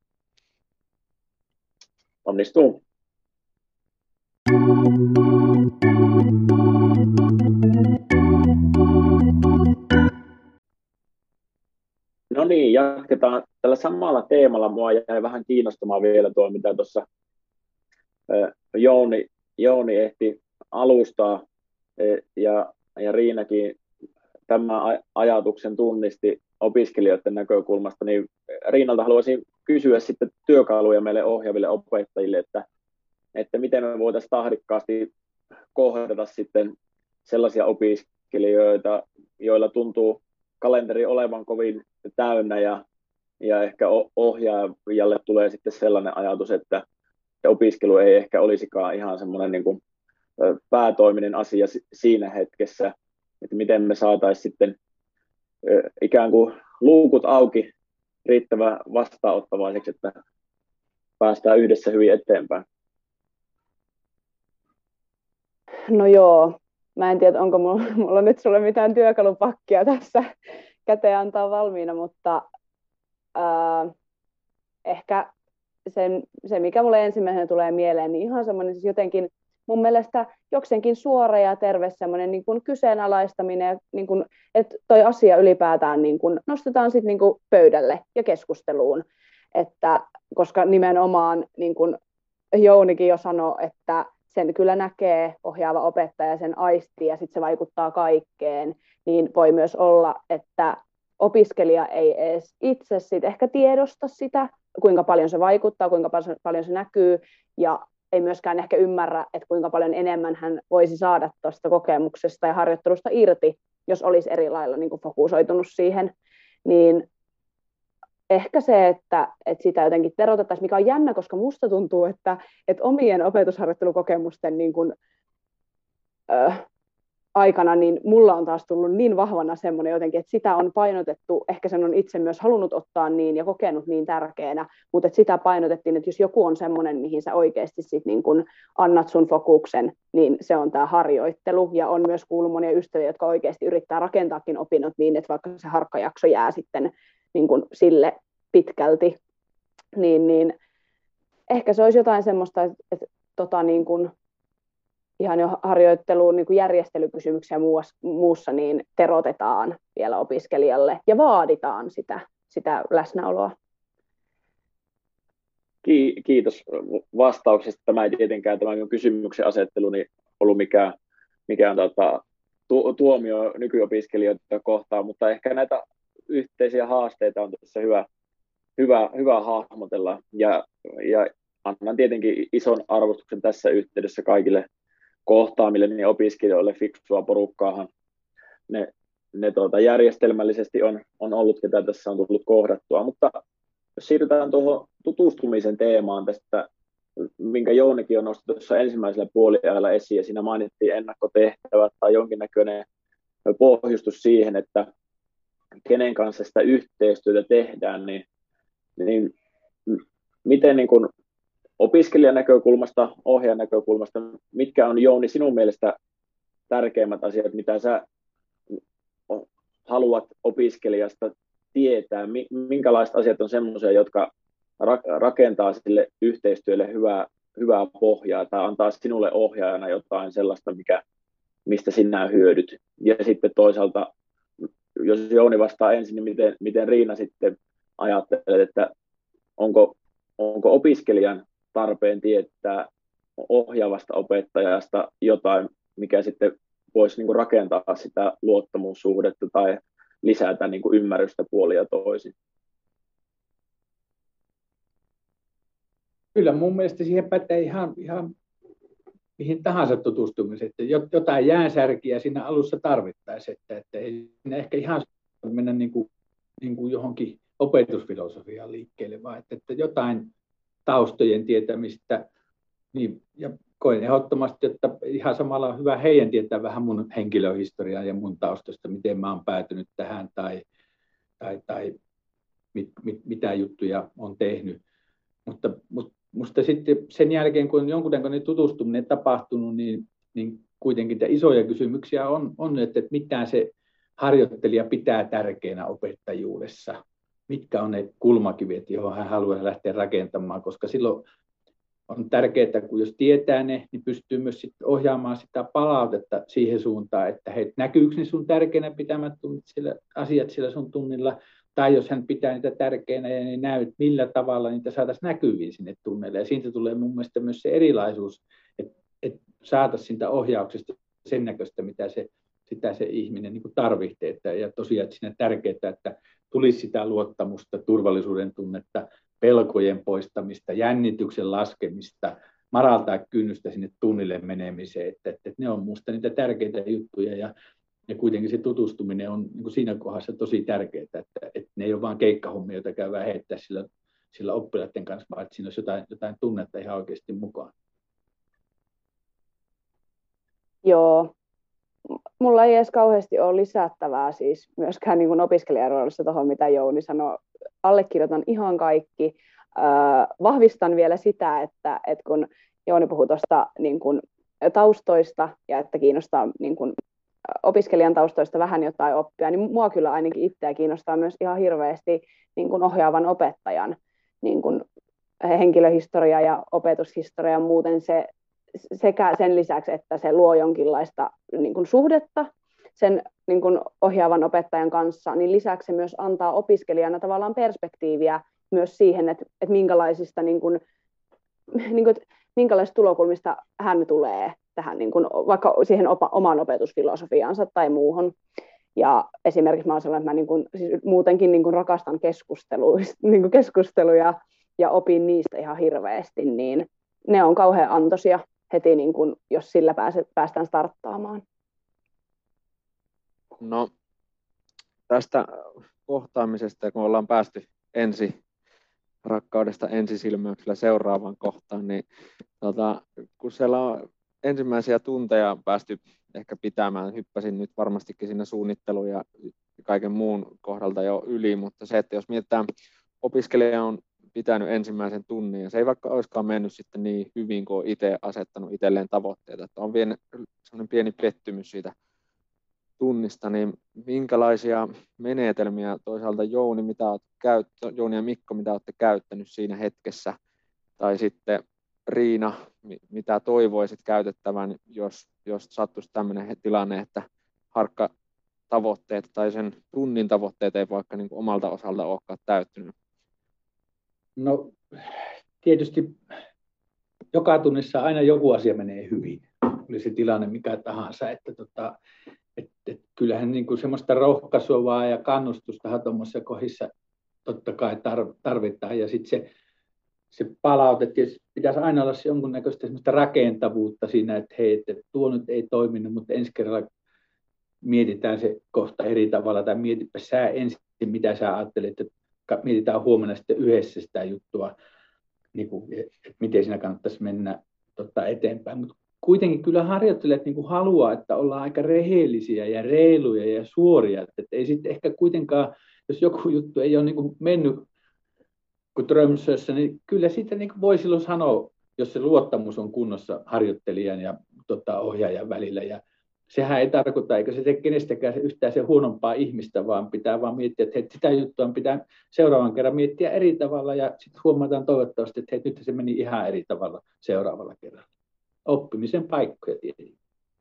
Speaker 3: Onnistuu. No niin, jatketaan tällä samalla teemalla. Mua jäi vähän kiinnostamaan vielä tuo, mitä tuossa Jouni Jouni ehti alustaa ja Riinakin tämän ajatuksen tunnisti opiskelijoiden näkökulmasta, niin Riinalta haluaisin kysyä sitten työkaluja meille ohjaaville opettajille, että miten me voitaisiin tahdikkaasti kohdata sitten sellaisia opiskelijoita, joilla tuntuu kalenteri olevan kovin täynnä ja ehkä ohjaajalle tulee sitten sellainen ajatus, että opiskelu ei ehkä olisikaan ihan semmoinen niin kuin päätoiminen asia siinä hetkessä, että miten me saataisiin sitten ikään kuin luukut auki riittävän vastaanottavaiseksi, että päästään yhdessä hyvin eteenpäin.
Speaker 5: No joo, mä en tiedä, onko mulla nyt sulle mitään työkalupakkia tässä käteen antaa valmiina, mutta ehkä se, mikä mulle ensimmäisenä tulee mieleen, niin ihan semmoinen siis jotenkin mun mielestä jokseenkin suora ja terve semmoinen niin kuin kyseenalaistaminen, ja niin kuin, että toi asia ylipäätään niin kuin nostetaan sitten niin kuin pöydälle ja keskusteluun, että, koska nimenomaan niin kuin Jounikin jo sanoi, että sen kyllä näkee ohjaava opettaja, sen aistii ja sitten se vaikuttaa kaikkeen, niin voi myös olla, että opiskelija ei edes itse sit ehkä tiedosta sitä, kuinka paljon se vaikuttaa, kuinka paljon se näkyy, ja ei myöskään ehkä ymmärrä, että kuinka paljon enemmän hän voisi saada tuosta kokemuksesta ja harjoittelusta irti, jos olisi eri lailla niin kuin fokusoitunut siihen, niin ehkä se, että sitä jotenkin terotettaisiin, mikä on jännä, koska musta tuntuu, että omien opetusharjoittelukokemusten niin kuin, aikana, niin mulla on taas tullut niin vahvana semmoinen jotenkin, että sitä on painotettu, ehkä sen on itse myös halunnut ottaa niin ja kokenut niin tärkeänä, mutta että sitä painotettiin, että jos joku on semmoinen, mihin sä oikeasti sit niin kun annat sun fokuksen, niin se on tämä harjoittelu, ja on myös kuullut monia ystäviä, jotka oikeasti yrittää rakentaakin opinnot niin, että vaikka se harkkajakso jää sitten niin kun sille pitkälti, niin ehkä se olisi jotain semmoista, että niin kun ihan jo harjoitteluun niin kuin järjestelykysymyksiä muussa niin terotetaan vielä opiskelijalle ja vaaditaan sitä läsnäoloa.
Speaker 3: Kiitos vastauksesta. Tämä ei tietenkään tämä kysymyksen asettelu niin ollut mikään tuomio nykyopiskelijoita kohtaan, mutta ehkä näitä yhteisiä haasteita on tässä hyvä hahmotella ja annan tietenkin ison arvostuksen tässä yhteydessä kaikille kohtaamille, niin opiskelijoille fiksua porukkaahan ne järjestelmällisesti on ollut, ketä tässä on tullut kohdattua. Mutta jos siirrytään tuohon tutustumisen teemaan tästä, minkä Jounikin on nostettu tuossa ensimmäisellä puoliajalla esiin, ja siinä mainittiin ennakkotehtävät tai jonkinnäköinen pohjustus siihen, että kenen kanssa sitä yhteistyötä tehdään, niin miten niin kuin opiskelijan näkökulmasta, ohjaajan näkökulmasta, mitkä on, Jouni, sinun mielestä tärkeimmät asiat, mitä sä haluat opiskelijasta tietää, minkälaiset asiat on semmoisia, jotka rakentaa sille yhteistyölle hyvää pohjaa tai antaa sinulle ohjaajana jotain sellaista, mistä sinä hyödyt. Ja sitten toisaalta, jos Jouni vastaa ensin, niin miten Riina sitten ajattelee, että onko opiskelijan tarpeen tietää ohjaavasta opettajasta jotain, mikä sitten voisi niin kuin rakentaa sitä luottamussuhdetta tai lisätä niin kuin ymmärrystä puolin ja toisin.
Speaker 4: Kyllä mun mielestä siihen pätee ihan mihin tahansa tutustumiseen, että jotain jäänsärkiä siinä alussa tarvittaisiin, että ei ehkä ihan mennä niin kuin johonkin opetusfilosofiaan liikkeelle, vaan että jotain taustojen tietämistä, niin, ja koen ehdottomasti, että ihan samalla on hyvä heidän tietää vähän mun henkilöhistoriaa ja mun taustasta, miten mä oon päätynyt tähän tai mitä juttuja on tehnyt. Mutta musta sitten sen jälkeen, kun on jonkunnäköinen tutustuminen tapahtunut, niin kuitenkin isoja kysymyksiä on että mitä se harjoittelija pitää tärkeänä opettajuudessa. Mitkä on ne kulmakivet, johon hän haluaa lähteä rakentamaan, koska silloin on tärkeää, että kun jos tietää ne, niin pystyy myös sitten ohjaamaan sitä palautetta siihen suuntaan, että hei, näkyykö ne sun tärkeänä pitämät asiat siellä sun tunnilla, tai jos hän pitää niitä tärkeänä ja niin näyt, millä tavalla niitä saataisiin näkyviin sinne tunneille. Ja siitä tulee mun mielestä myös se erilaisuus, että että saataisiin siitä ohjauksesta sen näköistä, sitä se ihminen niin kuin tarvitsee. Ja tosiaan että siinä tärkeää, että tulisi sitä luottamusta, turvallisuuden tunnetta, pelkojen poistamista, jännityksen laskemista, madaltaa kynnystä sinne tunnille menemiseen. Että ne on minusta niitä tärkeitä juttuja ja kuitenkin se tutustuminen on niin kuin siinä kohdassa tosi tärkeää, että ne ei ole vain keikkahommia, joita käydään heittää sillä oppilaiden kanssa, vaan että siinä olisi jotain tunnetta ihan oikeasti mukaan.
Speaker 5: Joo. Mulla ei edes kauheasti ole lisättävää siis myöskään niin kuin opiskelijaroolissa tuohon, mitä Jouni sanoi. Allekirjoitan ihan kaikki. Vahvistan vielä sitä, että kun Jouni puhui tuosta niin kuin taustoista ja että kiinnostaa niin kuin opiskelijan taustoista vähän jotain oppia, niin mua kyllä ainakin itseä kiinnostaa myös ihan hirveästi niin kuin ohjaavan opettajan niin kuin henkilöhistoria ja opetushistoria ja muuten se, sekä sen lisäksi, että se luo jonkinlaista niin kuin suhdetta sen niin kuin ohjaavan opettajan kanssa, niin lisäksi se myös antaa opiskelijana tavallaan perspektiiviä myös siihen, että minkälaisista, minkälaisista tulokulmista hän tulee tähän, niin kuin, vaikka siihen omaan opetusfilosofiaansa tai muuhun. Ja esimerkiksi mä olen sellainen, että mä niin kuin, siis muutenkin niin kuin rakastan keskusteluja ja opin niistä ihan hirveästi, niin ne on kauhean antoisia heti, niin kuin, jos sillä päästään starttaamaan.
Speaker 2: No, tästä kohtaamisesta, kun ollaan päästy rakkaudesta ensisilmäyksellä seuraavaan kohtaan, niin kun siellä on ensimmäisiä tunteja päästy ehkä pitämään, hyppäsin nyt varmastikin siinä suunnittelun ja kaiken muun kohdalta jo yli, mutta se, että jos mietitään, opiskelija on pitänyt ensimmäisen tunnin ja se ei vaikka olisikaan mennyt sitten niin hyvin, kun on itse asettanut itselleen tavoitteita, että on sellainen pieni pettymys siitä tunnista, niin minkälaisia menetelmiä toisaalta Jouni ja Mikko, mitä olette käyttänyt siinä hetkessä, tai sitten Riina, mitä toivoisit käytettävän, jos sattuisi tämmöinen tilanne, että harkkatavoitteet tai sen tunnin tavoitteet ei vaikka niin kuin omalta osalta olekaan täyttynyt?
Speaker 4: No tietysti joka tunnissa aina joku asia menee hyvin, oli se tilanne mikä tahansa, että kyllähän niin kuin semmoista rohkaisua ja kannustusta tuommoisissa kohdissa totta kai tarvitaan ja sitten se palaute, pitäisi aina olla jonkunnäköistä semmoista rakentavuutta siinä, että hei, että tuo nyt ei toiminut, mutta ensi kerralla mietitään se kohta eri tavalla tai mietipä sä ensin, mitä sä ajattelet, että mietitään huomenna sitten yhdessä sitä juttua, niin kuin, että miten siinä kannattaisi mennä eteenpäin. Mutta kuitenkin kyllä harjoittelijat niin kuin haluaa, että ollaan aika rehellisiä ja reiluja ja suoria. Että ei sitten ehkä kuitenkaan, jos joku juttu ei ole niin kuin mennyt kuin Tromsössä, niin kyllä siitä niin kuin voi silloin sanoa, jos se luottamus on kunnossa harjoittelijan ja ohjaajan välillä. Ja sehän ei tarkoita, eikä se tee kenestäkään yhtään se huonompaa ihmistä, vaan pitää vaan miettiä, että sitä juttua pitää seuraavan kerran miettiä eri tavalla ja sitten huomataan toivottavasti, että nyt se meni ihan eri tavalla seuraavalla kerralla. Oppimisen paikkoja tietenkin.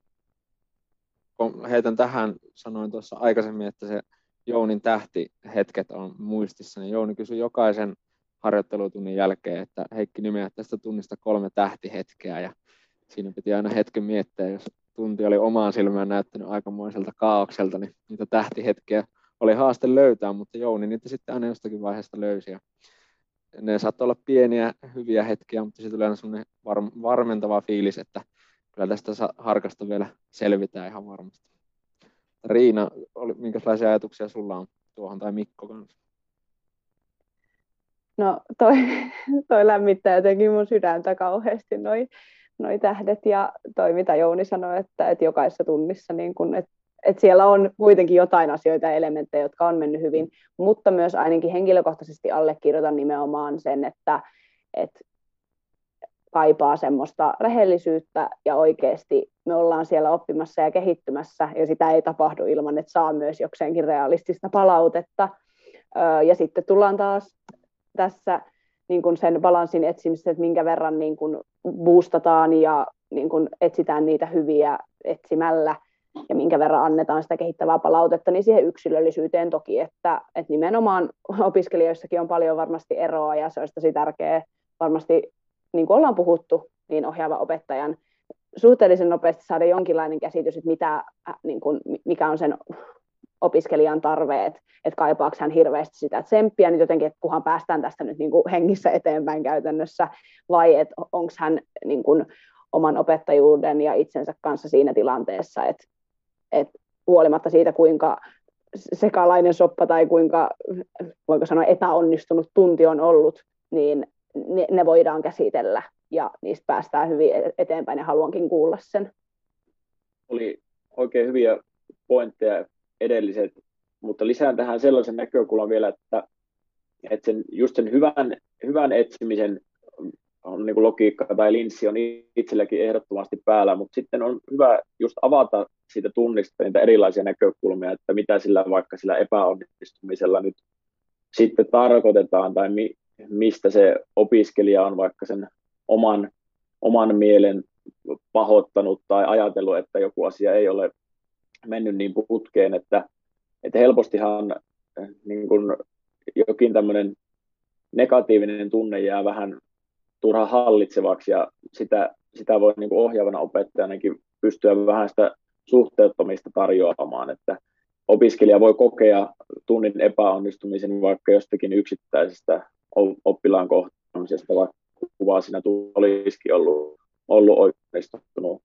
Speaker 2: Heitän tähän, sanoin tuossa aikaisemmin, että se Jounin tähtihetket on muistissa, niin Jouni kysyi jokaisen harjoittelutunnin jälkeen, että Heikki nimeää tästä tunnista 3 tähtihetkeä ja siinä piti aina hetken miettiä, jos tunti oli omaan silmään näyttänyt aikamoiselta kaaokselta, niin niitä tähtihetkiä oli haaste löytää, mutta Jouni niitä sitten aina jostakin vaiheesta löysi. Ja ne saattoi olla pieniä, hyviä hetkiä, mutta sitten tuli aina sellainen varmentava fiilis, että kyllä tästä harkasta vielä selvitään ihan varmasti. Riina, minkälaisia ajatuksia sulla on tuohon tai Mikko kanssa?
Speaker 5: No toi lämmittää jotenkin mun sydäntä kauheasti noi tähdet ja toi mitä Jouni sanoi, että jokaisessa tunnissa niin kun, että siellä on kuitenkin jotain asioita ja elementtejä, jotka on mennyt hyvin, mutta myös ainakin henkilökohtaisesti allekirjoitan nimenomaan sen, että kaipaa semmoista rehellisyyttä ja oikeasti me ollaan siellä oppimassa ja kehittymässä ja sitä ei tapahdu ilman, että saa myös jokseenkin realistista palautetta. Ja sitten tullaan taas tässä niin kuin sen balanssin etsimisessä, että minkä verran niin kuin boostataan ja niin kuin etsitään niitä hyviä etsimällä ja minkä verran annetaan sitä kehittävää palautetta, niin siihen yksilöllisyyteen toki, että nimenomaan opiskelijoissakin on paljon varmasti eroa ja se olisi tosi tärkeää varmasti, niin kuin ollaan puhuttu, niin ohjaava opettajan suhteellisen nopeasti saada jonkinlainen käsitys, että niin kuin, mikä on sen opiskelijan tarve, että kaipaako hän hirveästi sitä tsemppiä, niin jotenkin, että kunhan päästään tästä nyt niin kuin hengissä eteenpäin käytännössä, vai että onko hän niin kuin oman opettajuuden ja itsensä kanssa siinä tilanteessa, että huolimatta siitä, kuinka sekalainen soppa tai kuinka, voiko sanoa, epäonnistunut tunti on ollut, niin ne voidaan käsitellä ja niistä päästään hyvin eteenpäin ja haluankin kuulla sen.
Speaker 3: Oli oikein hyviä pointteja edelliset, mutta lisään tähän sellaisen näkökulman vielä, että just sen hyvän etsimisen on niin kuin logiikka tai linssi on itselläkin ehdottomasti päällä, mutta sitten on hyvä just avata siitä tunnista niitä erilaisia näkökulmia, että mitä vaikka sillä epäonnistumisella nyt sitten tarkoitetaan tai mistä se opiskelija on vaikka sen oman mielen pahoittanut tai ajatellut, että joku asia ei ole mennyt niin putkeen, että helpostihan niin kuin jokin tämmöinen negatiivinen tunne jää vähän turha hallitsevaksi ja sitä voi niin kuin ohjaavana opettajanakin pystyä vähän sitä suhteuttamista tarjoamaan, että opiskelija voi kokea tunnin epäonnistumisen vaikka jostakin yksittäisestä oppilaan kohtaamisesta, vaikka kuva siinä olisikin ollut onnistunut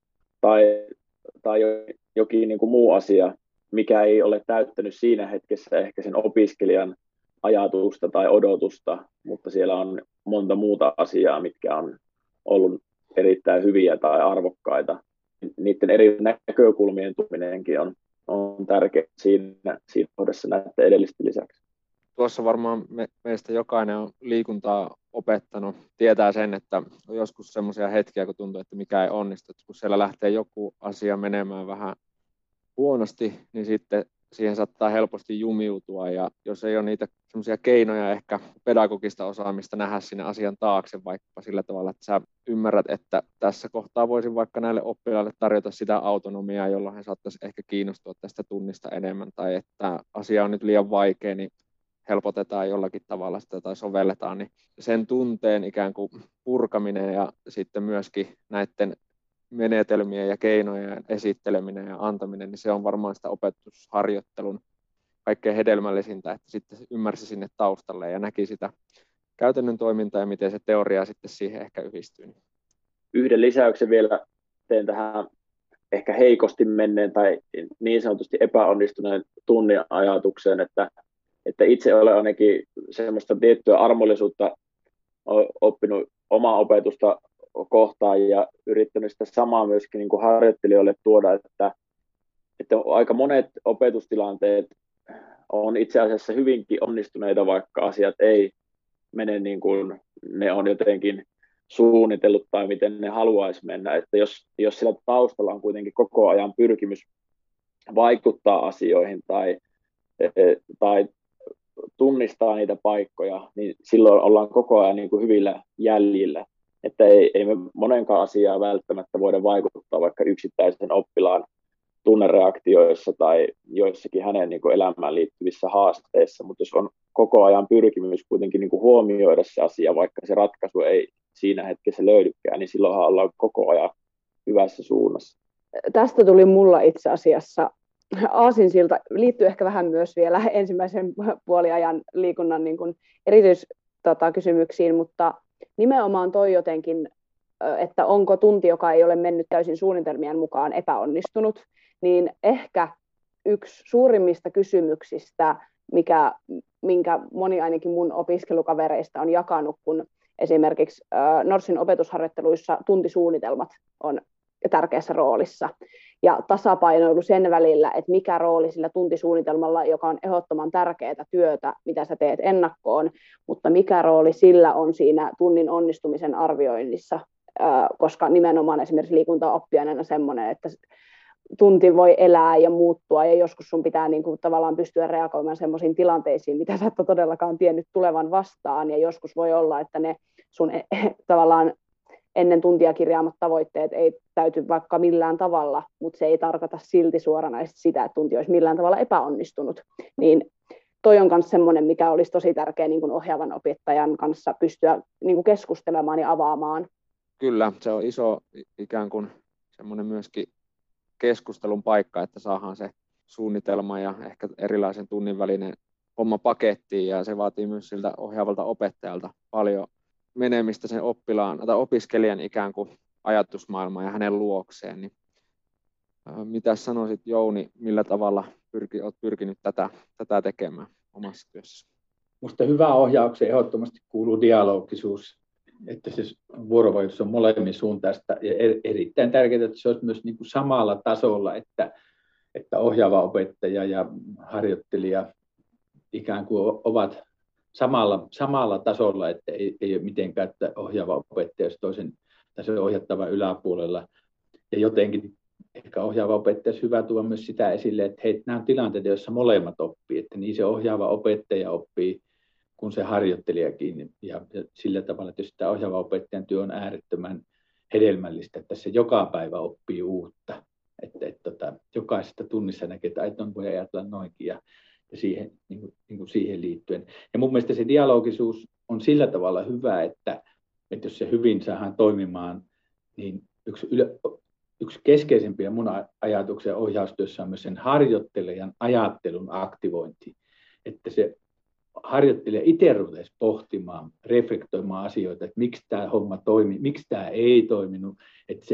Speaker 3: tai jokin niin kuin muu asia, mikä ei ole täyttänyt siinä hetkessä ehkä sen opiskelijan ajatusta tai odotusta, mutta siellä on monta muuta asiaa, mitkä on ollut erittäin hyviä tai arvokkaita. Niiden eri näkökulmien tuominenkin on tärkeää siinä kohdassa näiden edellisten lisäksi.
Speaker 2: Tuossa varmaan meistä jokainen on liikuntaa opettanut, tietää sen, että on joskus semmoisia hetkiä, kun tuntuu, että mikä ei onnistu. Kun siellä lähtee joku asia menemään vähän huonosti, niin sitten siihen saattaa helposti jumiutua, ja jos ei ole niitä semmoisia keinoja, ehkä pedagogista osaamista nähdä sinne asian taakse vaikka sillä tavalla, että sä ymmärrät, että tässä kohtaa voisin vaikka näille oppilaille tarjota sitä autonomiaa, jolloin he saattaisi ehkä kiinnostua tästä tunnista enemmän, tai että asia on nyt liian vaikea, niin helpotetaan jollakin tavalla sitä tai sovelletaan, niin sen tunteen ikään kuin purkaminen ja sitten myöskin näiden menetelmien ja keinojen esitteleminen ja antaminen, niin se on varmaan sitä opetusharjoittelun kaikkein hedelmällisintä, että sitten ymmärsi sinne taustalle ja näki sitä käytännön toimintaa ja miten se teoria sitten siihen ehkä yhdistyy.
Speaker 3: Yhden lisäyksen vielä teen tähän ehkä heikosti menneen tai niin sanotusti epäonnistuneen tunnin ajatukseen, että itse olen ainakin semmoista tiettyä armollisuutta oppinut omaa opetusta kohtaan ja yrittänyt sitä samaa myöskin niin kuin harjoittelijoille tuoda, että aika monet opetustilanteet on itse asiassa hyvinkin onnistuneita, vaikka asiat ei mene niin kuin ne on jotenkin suunnitellut tai miten ne haluaisi mennä. Että jos sillä taustalla on kuitenkin koko ajan pyrkimys vaikuttaa asioihin tai tunnistaa niitä paikkoja, niin silloin ollaan koko ajan niin kuin hyvillä jäljillä. Että ei me monenkaan asiaa välttämättä voida vaikuttaa vaikka yksittäisen oppilaan tunnereaktioissa tai joissakin hänen niin kuin elämään liittyvissä haasteissa, mutta jos on koko ajan pyrkimys kuitenkin niin kuin huomioida se asia, vaikka se ratkaisu ei siinä hetkessä löydykään, niin silloinhan ollaan koko ajan hyvässä suunnassa.
Speaker 5: Tästä tuli mulla itse asiassa aasinsilta, liittyy ehkä vähän myös vielä ensimmäisen puoliajan liikunnan niin kuin erityiskysymyksiin, mutta nimenomaan toi jotenkin, että onko tunti, joka ei ole mennyt täysin suunnitelmien mukaan epäonnistunut, niin ehkä yksi suurimmista kysymyksistä, minkä moni ainakin mun opiskelukavereista on jakanut, kun esimerkiksi Norsin opetusharjoitteluissa tuntisuunnitelmat on tärkeässä roolissa. Ja tasapainoilu sen välillä, että mikä rooli sillä tuntisuunnitelmalla, joka on ehdottoman tärkeää työtä, mitä sä teet ennakkoon, mutta mikä rooli sillä on siinä tunnin onnistumisen arvioinnissa, koska nimenomaan esimerkiksi liikuntaoppi on aina semmoinen, että tunti voi elää ja muuttua, ja joskus sun pitää niin kuin tavallaan pystyä reagoimaan semmoisiin tilanteisiin, mitä sä et ole todellakaan tiennyt tulevan vastaan, ja joskus voi olla, että ne sun tavallaan ennen tuntia kirjaamat tavoitteet ei täyty vaikka millään tavalla, mutta se ei tarkoita silti suoranaisesti sitä, että tunti olisi millään tavalla epäonnistunut. Niin toi on myös semmoinen, mikä olisi tosi tärkeä niin kuin ohjaavan opettajan kanssa pystyä niin kuin keskustelemaan ja avaamaan.
Speaker 2: Kyllä, se on iso ikään kuin semmoinen myöskin keskustelun paikka, että saadaan se suunnitelma ja ehkä erilaisen tunnin välinen homma pakettiin, ja se vaatii myös siltä ohjaavalta opettajalta paljon menemistä sen oppilaan tai opiskelijan ikään kuin ajatusmaailmaan ja hänen luokseen. Niin, mitä sanoisit, Jouni, millä tavalla olet pyrkinyt tätä tekemään omassa työssä?
Speaker 4: Minusta hyvä ohjaukseen ehdottomasti kuuluu dialogisuus, että se vuorovaikutus on molemmin suuntaista ja erittäin tärkeää, että se olisi myös niin kuin samalla tasolla, että ohjaava opettaja ja harjoittelija ikään kuin ovat samalla tasolla, että ei ole mitenkään, että ohjaava opettaja olisi toisen tai se ohjattava yläpuolella. Ja jotenkin ehkä ohjaava opettaja olisi hyvä tuoda myös sitä esille, että hei, nämä on tilanteita, joissa molemmat oppii, että niin se ohjaava opettaja oppii kuin se harjoittelijakin. Ja sillä tavalla, että jos tämä ohjaava opettajan työ on äärettömän hedelmällistä, että se joka päivä oppii uutta. Että jokaisesta tunnissa näkee, että on voi ajatella noinkin ja siihen, niin kuin siihen liittyen. Ja mun mielestä se dialogisuus on sillä tavalla hyvä, että jos se hyvin saadaan toimimaan, niin yksi keskeisempiä mun ajatuksia ohjaustyössä on myös sen harjoittelijan ajattelun aktivointi. Että se harjoittelija itse rupesi pohtimaan, reflektoimaan asioita, että miksi tämä homma toimii, miksi tämä ei toiminut, että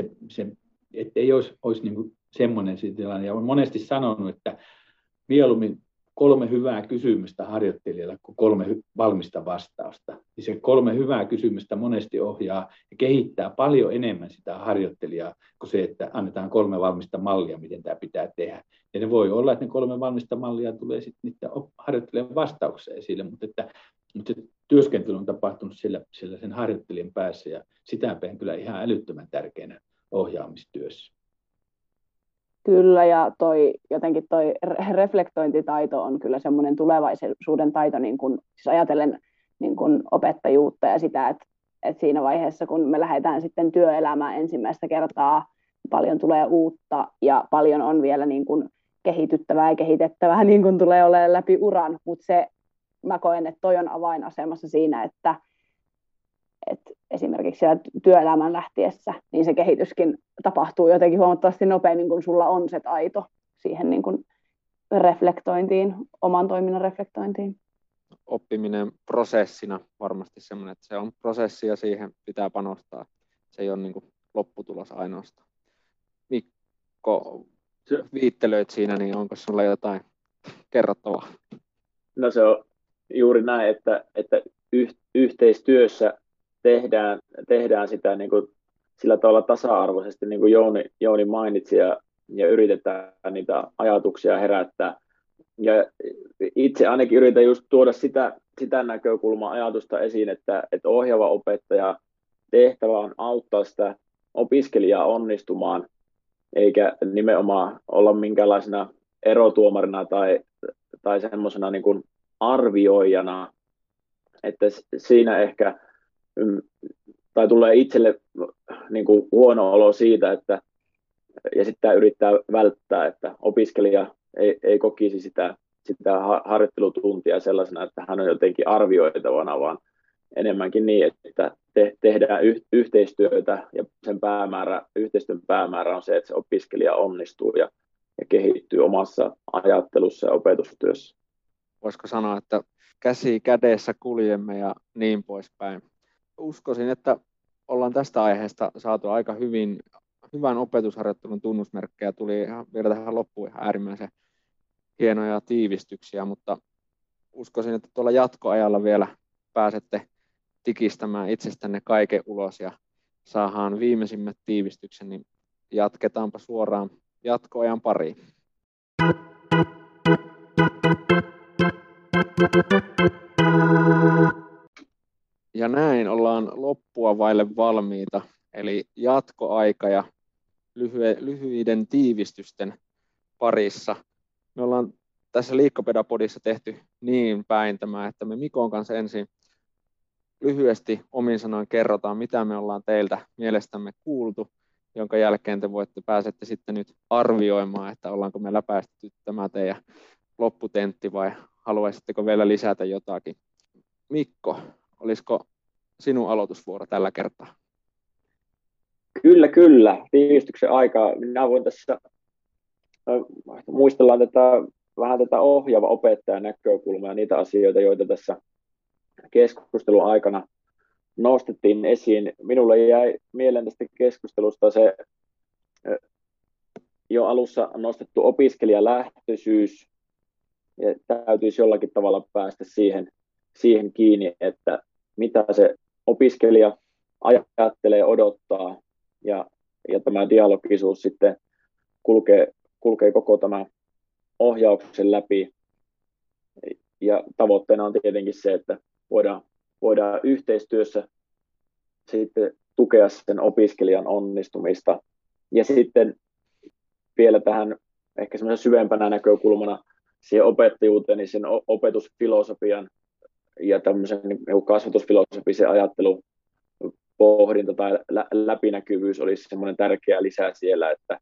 Speaker 4: ei olisi niin kuin semmoinen tilanne. Ja olen monesti sanonut, että mieluummin 3 hyvää kysymystä harjoittelijalle kuin 3 valmista vastausta. Ja se 3 hyvää kysymystä monesti ohjaa ja kehittää paljon enemmän sitä harjoittelijaa kuin se, että annetaan 3 valmista mallia, miten tämä pitää tehdä. Ja ne voi olla, että ne 3 valmista mallia tulee sitten niiden harjoittelijan vastauksia esille, mutta se työskentely on tapahtunut siellä sen harjoittelijan päässä ja sitä pidän kyllä ihan älyttömän tärkeänä ohjaamistyössä.
Speaker 5: Kyllä, ja jotenkin toi reflektointitaito on kyllä semmoinen tulevaisuuden taito, niin kun, siis ajatellen niin kun opettajuutta ja sitä, että siinä vaiheessa, kun me lähdetään sitten työelämään ensimmäistä kertaa, paljon tulee uutta ja paljon on vielä niin kun kehityttävää ja kehitettävää, niin kun tulee olemaan läpi uran, mutta mä koen, että toi on avainasemassa siinä, että esimerkiksi siellä työelämän lähtiessä, niin se kehityskin tapahtuu jotenkin huomattavasti nopeammin, kun sulla on se taito siihen niin kuin reflektointiin, oman toiminnan reflektointiin.
Speaker 2: Oppiminen prosessina varmasti semmoinen, että se on prosessi ja siihen pitää panostaa. Se ei ole niin kuin lopputulos ainoastaan. Mikko, viittelöit siinä, niin onko sulla jotain kerrottavaa?
Speaker 3: No se on juuri näin, että yhteistyössä tehdään sitä niin kuin sillä tavalla tasa-arvoisesti, niin kuin Jouni mainitsi, ja yritetään niitä ajatuksia herättää. Ja itse ainakin yritän just tuoda sitä näkökulmaa ajatusta esiin, että ohjaava opettaja tehtävä on auttaa sitä opiskelijaa onnistumaan, eikä nimenomaan olla minkäänlaisena erotuomarina tai semmoisena niin kuin arvioijana, että siinä ehkä tai tulee itselle niin kuin huono olo siitä, ja sitten yrittää välttää, että opiskelija ei kokisi sitä harjoittelutuntia sellaisena, että hän on jotenkin arvioitavana, vaan enemmänkin niin, että tehdään yhteistyötä ja yhteistyön päämäärä on se, että se opiskelija onnistuu ja kehittyy omassa ajattelussa ja opetustyössä.
Speaker 2: Voisiko sanoa, että käsi kädessä kuljemme ja niin poispäin. Uskoisin, että ollaan tästä aiheesta saatu aika hyvän opetusharjoittelun tunnusmerkkejä. Tuli vielä tähän loppuun ihan äärimmäisen hienoja tiivistyksiä, mutta uskoisin, että tuolla jatkoajalla vielä pääsette tikistämään itsestänne kaiken ulos ja saadaan viimeisimmät tiivistykset, niin jatketaanpa suoraan jatkoajan pariin. Ja näin ollaan loppua vaille valmiita, eli jatkoaika ja lyhyiden tiivistysten parissa. Me ollaan tässä Liikkopedapodissa tehty niin päin tämä, että me Mikon kanssa ensin lyhyesti omin sanoin kerrotaan, mitä me ollaan teiltä mielestämme kuultu, jonka jälkeen te pääsette sitten nyt arvioimaan, että ollaanko me läpäistetty tämä teidän lopputentti vai haluaisitteko vielä lisätä jotakin. Mikko, olisiko sinun aloitusvuoro tällä kertaa?
Speaker 3: Kyllä. Tiivistyksen aikaa. Minä voin tässä muistellaan vähän tätä ohjaava opettajan näkökulmaa ja niitä asioita, joita tässä keskustelun aikana nostettiin esiin. Minulle jäi mieleen tästä keskustelusta se jo alussa nostettu opiskelijalähtöisyys, ja täytyisi jollakin tavalla päästä siihen kiinni, että mitä se opiskelija ajattelee, odottaa, ja tämä dialogisuus sitten kulkee koko tämän ohjauksen läpi. Ja tavoitteena on tietenkin se, että voidaan yhteistyössä sitten tukea sen opiskelijan onnistumista. Ja sitten vielä tähän ehkä semmoisen syvempänä näkökulmana siihen opettajuuteen, niin sen opetusfilosofian ja tämmöisen kasvatusfilosofisen ajattelun pohdinta tai läpinäkyvyys olisi semmoinen tärkeä lisä siellä, että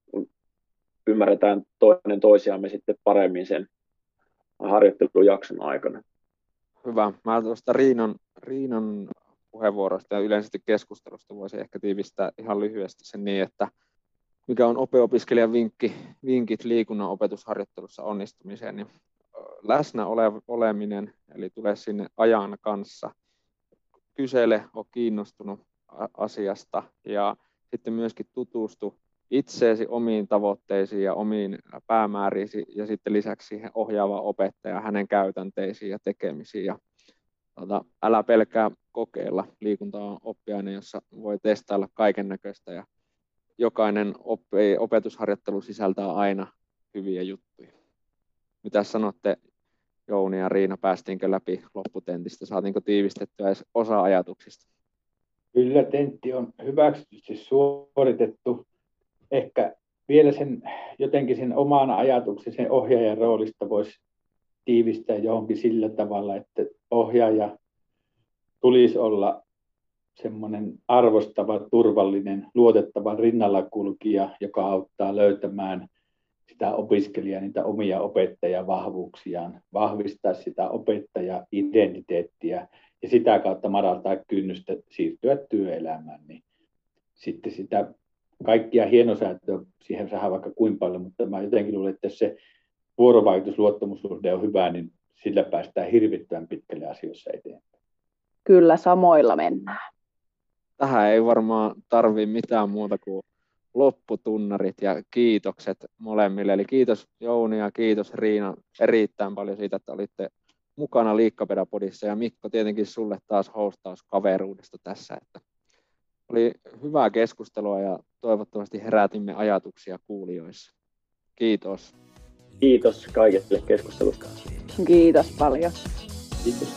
Speaker 3: ymmärretään toinen toisiamme sitten paremmin sen harjoittelujakson aikana.
Speaker 2: Hyvä. Mä tuosta Riinan puheenvuorosta ja yleisesti keskustelusta voisin ehkä tiivistää ihan lyhyesti sen niin, että mikä on opeopiskelijan vinkit liikunnan opetusharjoittelussa onnistumiseen, niin läsnä oleminen, eli tule sinne ajan kanssa, kysele, ole kiinnostunut asiasta ja sitten myöskin tutustu itseesi, omiin tavoitteisiin ja omiin päämääriisi ja sitten lisäksi siihen ohjaava opettaja, hänen käytänteisiin ja tekemisiin. Ja, älä pelkää kokeilla. Liikunta on oppiaine, jossa voi testailla kaiken näköistä ja jokainen opetusharjoittelu sisältää aina hyviä juttuja. Mitä sanotte, Jouni ja Riina, päästiinkö läpi lopputentistä? Saatiinko tiivistettyä edes osa ajatuksista?
Speaker 4: Kyllä, tentti on hyväksytysti suoritettu. Ehkä vielä jotenkin sen oman ajatuksen, sen ohjaajan roolista voisi tiivistää johonkin sillä tavalla, että ohjaaja tulisi olla semmoinen arvostava, turvallinen, luotettava rinnallakulkija, joka auttaa löytämään sitä opiskelijaa, niitä omia opettajavahvuuksiaan, vahvistaa sitä opettaja-identiteettiä ja sitä kautta madaltaa kynnystä siirtyä työelämään. Niin sitten sitä kaikkia hienosäätöä siihen saadaan vaikka kuinka paljon, mutta mä jotenkin luulen, että jos se vuorovaikutus, luottamussuhde on hyvä, niin sillä päästään hirvittävän pitkälle asioissa eteenpäin.
Speaker 5: Kyllä, samoilla mennään.
Speaker 2: Tähän ei varmaan tarvitse mitään muuta kuin lopputunnarit ja kiitokset molemmille. Eli kiitos Jouni ja kiitos Riina erittäin paljon siitä, että olitte mukana Liikkapedapodissa ja Mikko tietenkin sulle taas hostauskaveruudesta tässä. Että oli hyvää keskustelua ja toivottavasti herätimme ajatuksia kuulijoissa. Kiitos.
Speaker 3: Kiitos kaikille keskustelusta.
Speaker 5: Kiitos paljon.
Speaker 3: Kiitos.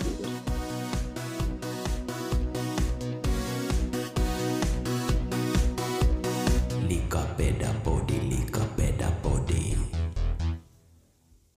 Speaker 1: Liikapeda.